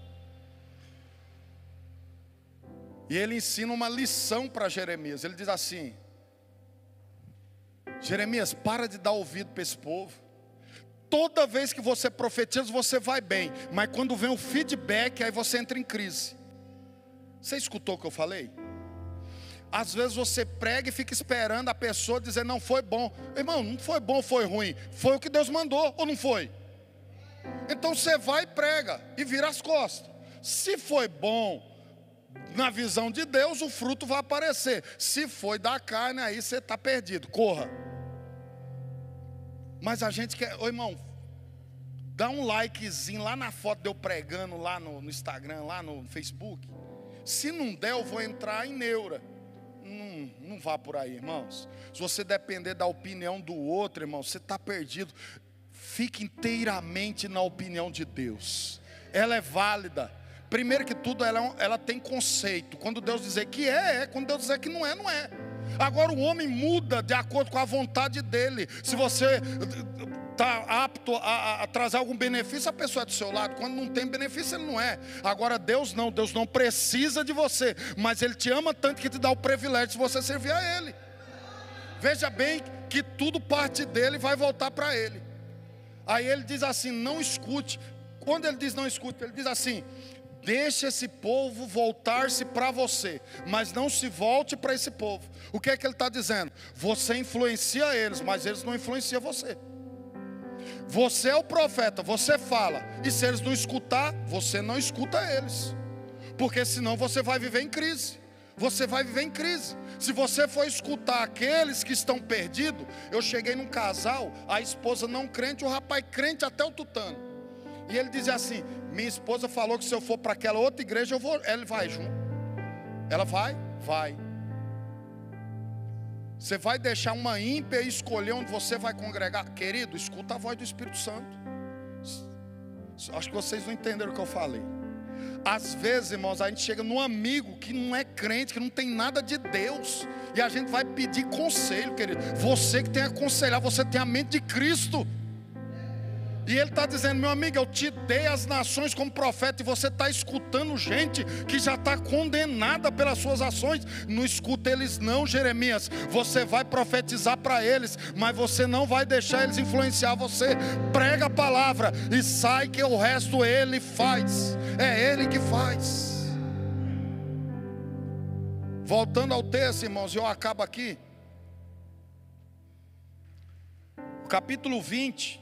e ele ensina uma lição para Jeremias. Ele diz assim: Jeremias, para de dar ouvido para esse povo. Toda vez que você profetiza, você vai bem, mas quando vem o feedback, aí você entra em crise. Você escutou o que eu falei? Às vezes você prega e fica esperando a pessoa dizer: não foi bom. Irmão, não foi bom, foi ruim. Foi o que Deus mandou, ou não foi? Então você vai e prega e vira as costas. Se foi bom na visão de Deus, o fruto vai aparecer. Se foi da carne, aí você está perdido, corra. Mas a gente quer, irmão, dá um likezinho lá na foto de eu pregando lá no Instagram, lá no Facebook. Se não der, eu vou entrar em neura. Não vá por aí, irmãos. Se você depender da opinião do outro, irmão, você está perdido. Fique inteiramente na opinião de Deus. Ela é válida. Primeiro que tudo, ela tem conceito. Quando Deus dizer que é. Quando Deus dizer que não é, não é. Agora o homem muda de acordo com a vontade dele. Se você está apto a trazer algum benefício, a pessoa é do seu lado. Quando não tem benefício, ele não é. Agora Deus não precisa de você, mas Ele te ama tanto que te dá o privilégio de você servir a Ele. Veja bem que tudo parte dele e vai voltar para Ele. Aí ele diz assim: não escute. Quando ele diz não escute, ele diz assim: deixe esse povo voltar-se para você, mas não se volte para esse povo. O que é que ele está dizendo? Você influencia eles, mas eles não influenciam você. Você é o profeta, você fala, e se eles não escutar, você não escuta eles, porque senão você vai viver em crise. Você vai viver em crise. Se você for escutar aqueles que estão perdidos. Eu cheguei num casal, a esposa não crente, o rapaz crente até o tutano. E ele dizia assim: minha esposa falou que se eu for para aquela outra igreja, eu vou. Ele vai junto. Ela vai? Vai. Você vai deixar uma ímpia escolher onde você vai congregar? Querido, escuta a voz do Espírito Santo. Acho que vocês não entenderam o que eu falei. Às vezes, irmãos, a gente chega num amigo que não é crente, que não tem nada de Deus, e a gente vai pedir conselho, querido. Você que tem que aconselhar, você tem a mente de Cristo. E ele está dizendo: meu amigo, eu te dei as nações como profeta, e você está escutando gente que já está condenada pelas suas ações. Não escuta eles não, Jeremias. Você vai profetizar para eles, mas você não vai deixar eles influenciar você. Prega a palavra e sai, que o resto ele faz. É ele que faz. Voltando ao texto, irmãos, eu acabo aqui. O capítulo 20.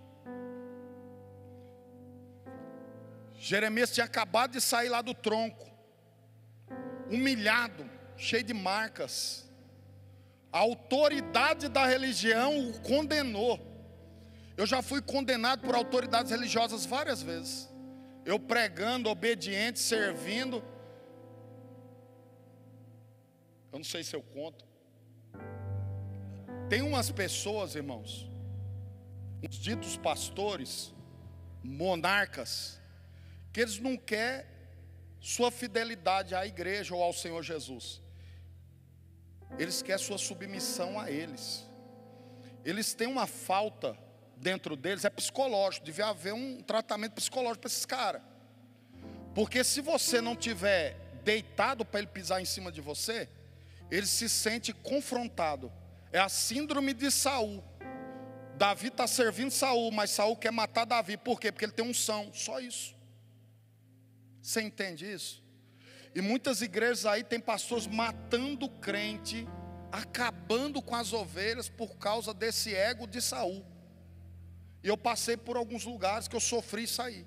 Jeremias tinha acabado de sair lá do tronco, humilhado, cheio de marcas. A autoridade da religião o condenou. Eu já fui condenado por autoridades religiosas várias vezes. Eu pregando, obediente, servindo. Eu não sei se eu conto. Tem umas pessoas, irmãos, uns ditos pastores, monarcas, que eles não querem sua fidelidade à igreja ou ao Senhor Jesus. Eles querem sua submissão a eles. Eles têm uma falta dentro deles, é psicológico. Devia haver um tratamento psicológico para esses caras. Porque se você não tiver deitado para ele pisar em cima de você, ele se sente confrontado. É a síndrome de Saul. Davi está servindo Saul, mas Saul quer matar Davi. Por quê? Porque ele tem unção, só isso. Você entende isso? E muitas igrejas aí tem pastores matando o crente, acabando com as ovelhas por causa desse ego de Saul. E eu passei por alguns lugares que eu sofri isso aí.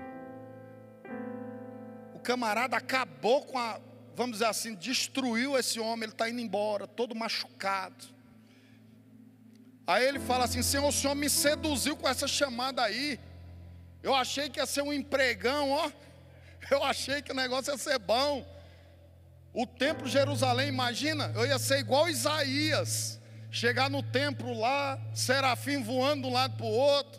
O camarada acabou com a, vamos dizer assim, destruiu esse homem, ele está indo embora, todo machucado. Aí ele fala assim: Senhor, o Senhor me seduziu com essa chamada aí. Eu achei que ia ser um empregão, ó. Eu achei que o negócio ia ser bom. O templo de Jerusalém, imagina, eu ia ser igual Isaías. Chegar no templo lá, serafim voando de um lado para o outro.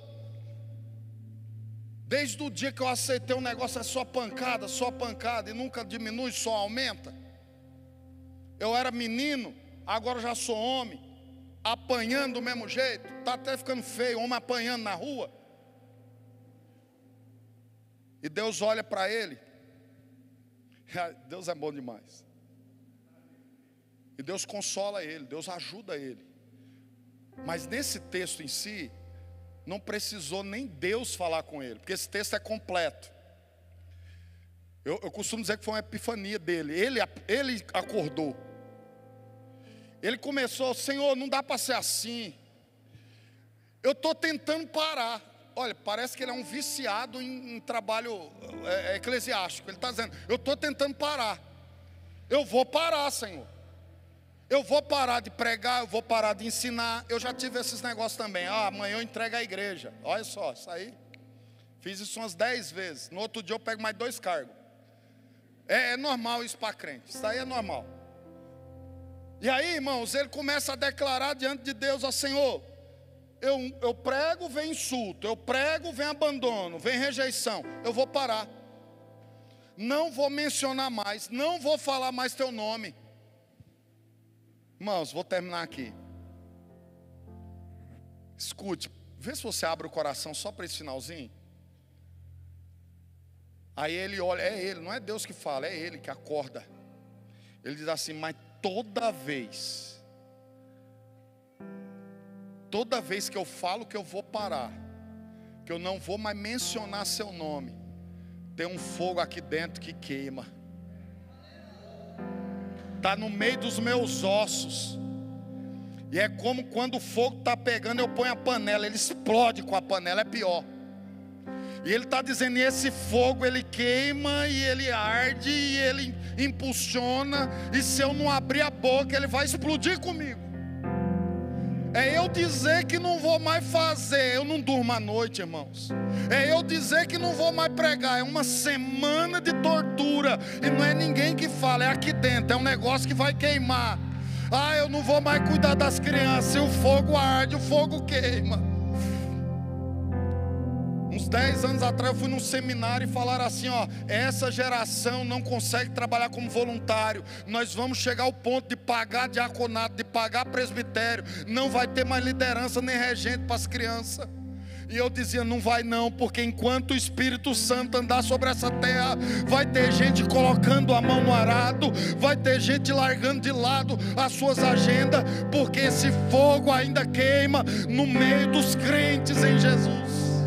Desde o dia que eu aceitei o negócio, é só pancada, e nunca diminui, só aumenta. Eu era menino, agora já sou homem, apanhando do mesmo jeito. Está até ficando feio, homem apanhando na rua. E Deus olha para ele. Deus é bom demais. E Deus consola ele, Deus ajuda ele. Mas nesse texto em si, não precisou nem Deus falar com ele, porque esse texto é completo. Eu costumo dizer que foi uma epifania dele. Ele acordou. Ele começou: Senhor, não dá para ser assim. Eu estou tentando parar. Olha, parece que ele é um viciado em trabalho eclesiástico. Ele está dizendo: eu estou tentando parar. Eu vou parar, Senhor. Eu vou parar de pregar, eu vou parar de ensinar. Eu já tive esses negócios também. Amanhã eu entrego a igreja. Olha só, isso aí. Fiz isso umas 10 vezes. No outro dia eu pego mais 2 cargos. É normal isso para crente. Isso aí é normal. E aí, irmãos, ele começa a declarar diante de Deus: ó Senhor, eu prego, vem insulto. Eu prego, vem abandono, vem rejeição. Eu vou parar. Não vou mencionar mais. Não vou falar mais teu nome. Irmãos, vou terminar aqui. Escute, vê se você abre o coração só para esse finalzinho. Aí ele olha, é ele, não é Deus que fala, é ele que acorda. Ele diz assim: mas toda vez que eu falo que eu vou parar, que eu não vou mais mencionar seu nome, tem um fogo aqui dentro que queima. Está no meio dos meus ossos. E é como quando o fogo está pegando, eu ponho a panela, ele explode com a panela, é pior. E ele está dizendo: e esse fogo ele queima, e ele arde, e ele impulsiona, e se eu não abrir a boca, ele vai explodir comigo. É eu dizer que não vou mais fazer. Eu não durmo à noite, irmãos. É eu dizer que não vou mais pregar. É uma semana de tortura. E não é ninguém que fala, é aqui dentro. É um negócio que vai queimar. Eu não vou mais cuidar das crianças. E o fogo arde, o fogo queima. Uns 10 anos atrás eu fui num seminário e falaram assim: essa geração não consegue trabalhar como voluntário. Nós vamos chegar ao ponto de pagar diaconato, de pagar presbitério. Não vai ter mais liderança nem regente para as crianças. E eu dizia: não vai não, porque enquanto o Espírito Santo andar sobre essa terra, vai ter gente colocando a mão no arado, vai ter gente largando de lado as suas agendas, porque esse fogo ainda queima no meio dos crentes em Jesus.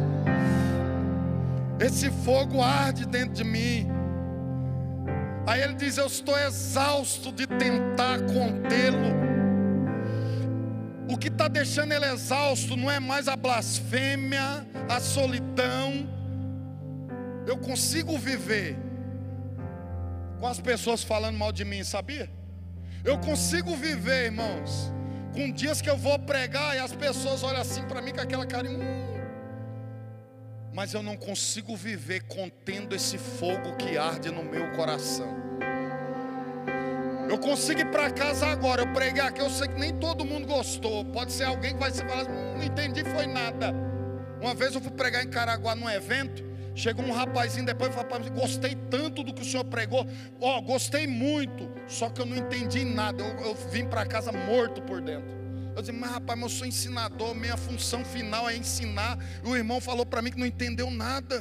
Esse fogo arde dentro de mim. Aí ele diz: eu estou exausto de tentar contê-lo. O que está deixando ele exausto não é mais a blasfêmia, a solidão. Eu consigo viver com as pessoas falando mal de mim, sabia? Eu consigo viver, irmãos, com dias que eu vou pregar e as pessoas olham assim para mim com aquela carinha. Mas eu não consigo viver contendo esse fogo que arde no meu coração. Eu consigo ir para casa agora. Eu preguei aqui, eu sei que nem todo mundo gostou. Pode ser alguém que vai se falar, não entendi, foi nada. Uma vez eu fui pregar em Caraguá num evento. Chegou um rapazinho depois e falou para mim: gostei tanto do que o senhor pregou. Gostei muito. Só que eu não entendi nada. Eu vim para casa morto por dentro. Eu disse: mas rapaz, eu sou ensinador. Minha função final é ensinar. E o irmão falou para mim que não entendeu nada.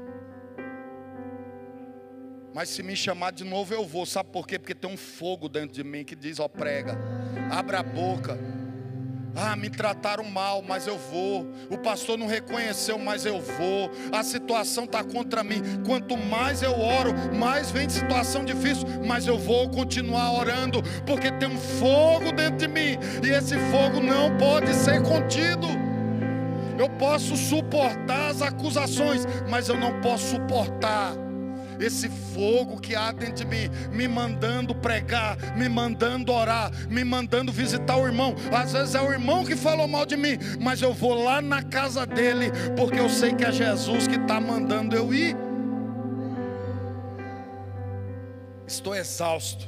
Mas se me chamar de novo eu vou. Sabe por quê? Porque tem um fogo dentro de mim que diz: prega, abra a boca. Me trataram mal, mas eu vou. O pastor não reconheceu, mas eu vou. A situação está contra mim. Quanto mais eu oro, mais vem situação difícil, mas eu vou continuar orando, porque tem um fogo dentro de mim, e esse fogo não pode ser contido. Eu posso suportar as acusações, mas eu não posso suportar esse fogo que há dentro de mim, me mandando pregar, me mandando orar, me mandando visitar o irmão. Às vezes é o irmão que falou mal de mim, mas eu vou lá na casa dele, porque eu sei que é Jesus que está mandando eu ir. Estou exausto.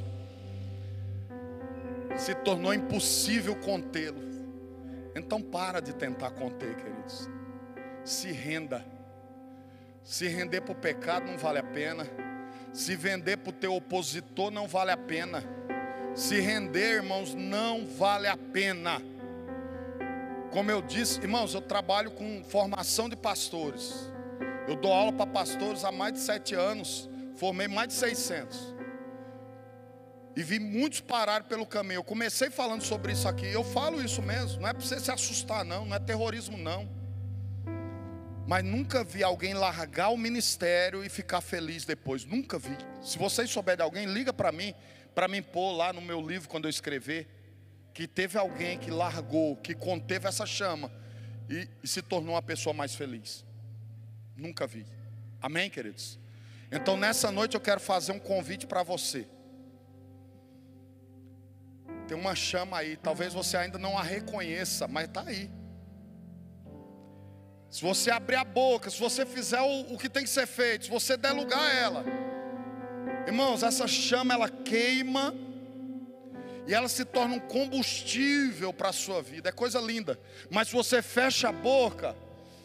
Se tornou impossível contê-lo. Então para de tentar conter, queridos. Se renda. Se render para o pecado não vale a pena. Se vender para o teu opositor não vale a pena. Se render, irmãos, não vale a pena. Como eu disse, irmãos, eu trabalho com formação de pastores. Eu dou aula para pastores há mais de 7 anos. Formei mais de 600. E vi muitos parar pelo caminho. Eu comecei falando sobre isso aqui. Eu falo isso mesmo. Não é para você se assustar não. Não é terrorismo não. Mas nunca vi alguém largar o ministério e ficar feliz depois. Nunca vi. Se vocês souberem de alguém, liga para mim pôr lá no meu livro quando eu escrever, que teve alguém que largou, que conteve essa chama e se tornou uma pessoa mais feliz. Nunca vi. Amém, queridos? Então nessa noite eu quero fazer um convite para você. Tem uma chama aí, talvez você ainda não a reconheça, mas está aí. Se você abrir a boca, se você fizer o que tem que ser feito, se você der lugar a ela, irmãos, essa chama ela queima e ela se torna um combustível para a sua vida. É coisa linda. Mas se você fecha a boca,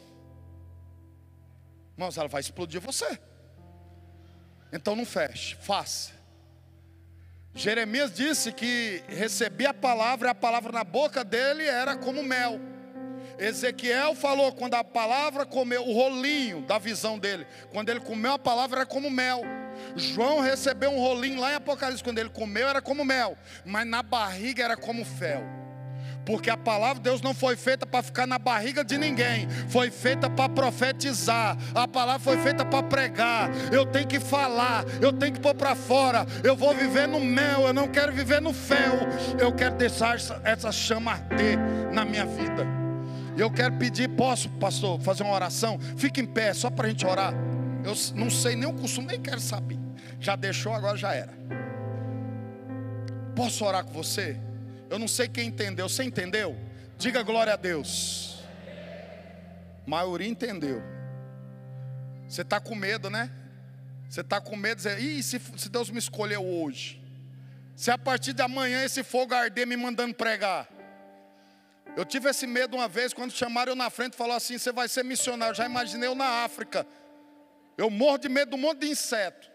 irmãos, ela vai explodir você. Então não feche, faça. Jeremias disse que recebia a palavra, e a palavra na boca dele era como mel. Ezequiel falou, quando a palavra comeu, o rolinho da visão dele, quando ele comeu a palavra era como mel. João recebeu um rolinho lá em Apocalipse, quando ele comeu era como mel, mas na barriga era como fel. Porque a palavra de Deus não foi feita para ficar na barriga de ninguém, foi feita para profetizar. A palavra foi feita para pregar. Eu tenho que falar, eu tenho que pôr para fora. Eu vou viver no mel, eu não quero viver no fel. Eu quero deixar essa chama arder na minha vida. Eu quero pedir, posso, pastor, fazer uma oração? Fique em pé, só para a gente orar. Eu não sei nem o costume, nem quero saber. Já deixou, agora já era. Posso orar com você? Eu não sei quem entendeu. Você entendeu? Diga glória a Deus. A maioria entendeu. Você está com medo, né? Você está com medo de dizer: se Deus me escolheu hoje, se a partir de amanhã esse fogo arder me mandando pregar. Eu tive esse medo uma vez, quando chamaram eu na frente e falaram assim: você vai ser missionário. Eu já imaginei eu na África. Eu morro de medo de um monte de inseto.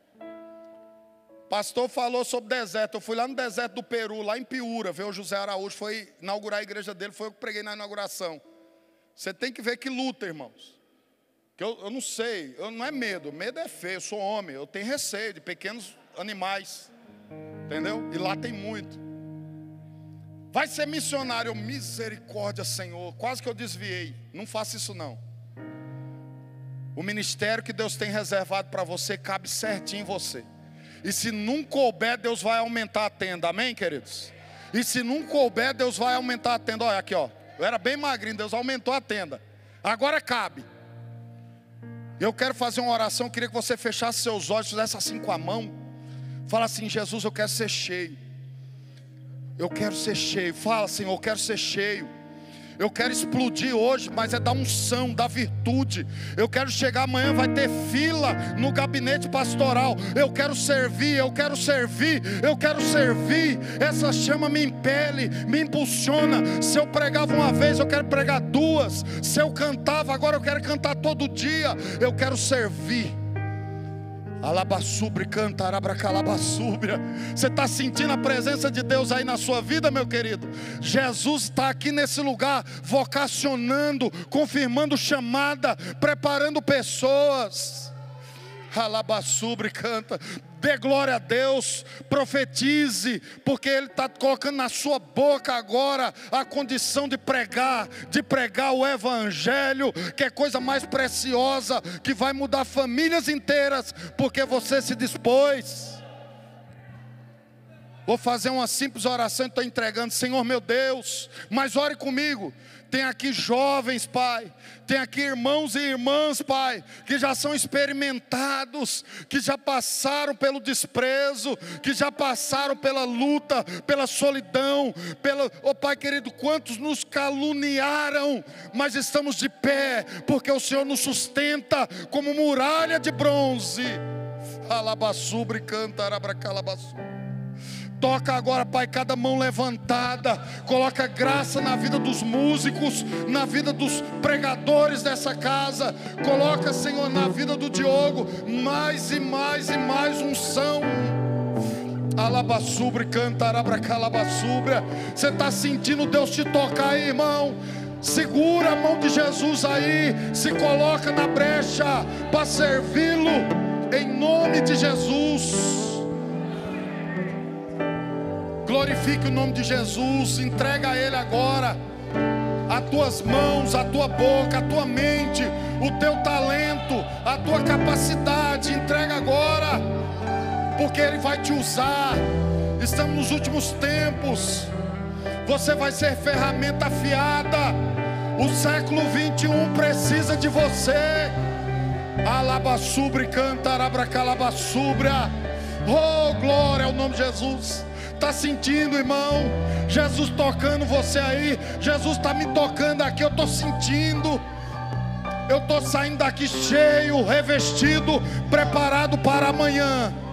Pastor falou sobre deserto. Eu fui lá no deserto do Peru, lá em Piura, ver o José Araújo, foi inaugurar a igreja dele, foi eu que preguei na inauguração. Você tem que ver que luta, irmãos. Que eu não sei, não é medo, medo é feio, eu sou homem, eu tenho receio de pequenos animais. Entendeu? E lá tem muito. Vai ser missionário, misericórdia, Senhor. Quase que eu desviei. Não faça isso não. O ministério que Deus tem reservado para você cabe certinho em você. E se não couber, Deus vai aumentar a tenda. Amém, queridos? E se não couber, Deus vai aumentar a tenda. Olha aqui, ó. Eu era bem magrinho, Deus aumentou a tenda. Agora cabe. Eu quero fazer uma oração. Eu queria que você fechasse seus olhos, fizesse assim com a mão. Fala assim: Jesus, eu quero ser cheio. Eu quero ser cheio. Fala, Senhor, eu quero ser cheio. Eu quero explodir hoje, mas é da unção, da virtude. Eu quero chegar amanhã, vai ter fila no gabinete pastoral. Eu quero servir, eu quero servir, eu quero servir. Essa chama me impele, me impulsiona. Se eu pregava uma vez, eu quero pregar duas. Se eu cantava, agora eu quero cantar todo dia. Eu quero servir. Alabaçubre, cantarabra-calabasúbria. Você está sentindo a presença de Deus aí na sua vida, meu querido? Jesus está aqui nesse lugar, vocacionando, confirmando chamada, preparando pessoas. Alabaçubre, canta. Dê glória a Deus, profetize, porque Ele está colocando na sua boca agora a condição de pregar o Evangelho, que é coisa mais preciosa, que vai mudar famílias inteiras, porque você se dispôs. Vou fazer uma simples oração e estou entregando. Senhor meu Deus, mas ore comigo. Tem aqui jovens, Pai, tem aqui irmãos e irmãs, Pai, que já são experimentados, que já passaram pelo desprezo, que já passaram pela luta, pela solidão, oh Pai querido, quantos nos caluniaram, mas estamos de pé, porque o Senhor nos sustenta como muralha de bronze. Alabaçubre, cantarabra-calabassu. Toca agora, Pai, cada mão levantada. Coloca graça na vida dos músicos, na vida dos pregadores dessa casa. Coloca, Senhor, na vida do Diogo mais e mais e mais unção. Alabaçubre, cantarabra-calabasúbria. Você está sentindo Deus te tocar aí, irmão? Segura a mão de Jesus aí. Se coloca na brecha para servi-lo, em nome de Jesus. Glorifique o nome de Jesus. Entrega a Ele agora as tuas mãos, a tua boca, a tua mente, o teu talento, a tua capacidade. Entrega agora, porque Ele vai te usar. Estamos nos últimos tempos. Você vai ser ferramenta afiada. O século 21 precisa de você. Alabaçubre, cantarabra-calabasúbria. Oh, glória ao nome de Jesus. Está sentindo, irmão? Jesus tocando você aí. Jesus está me tocando aqui. Eu estou sentindo. Eu estou saindo daqui cheio, revestido, preparado para amanhã.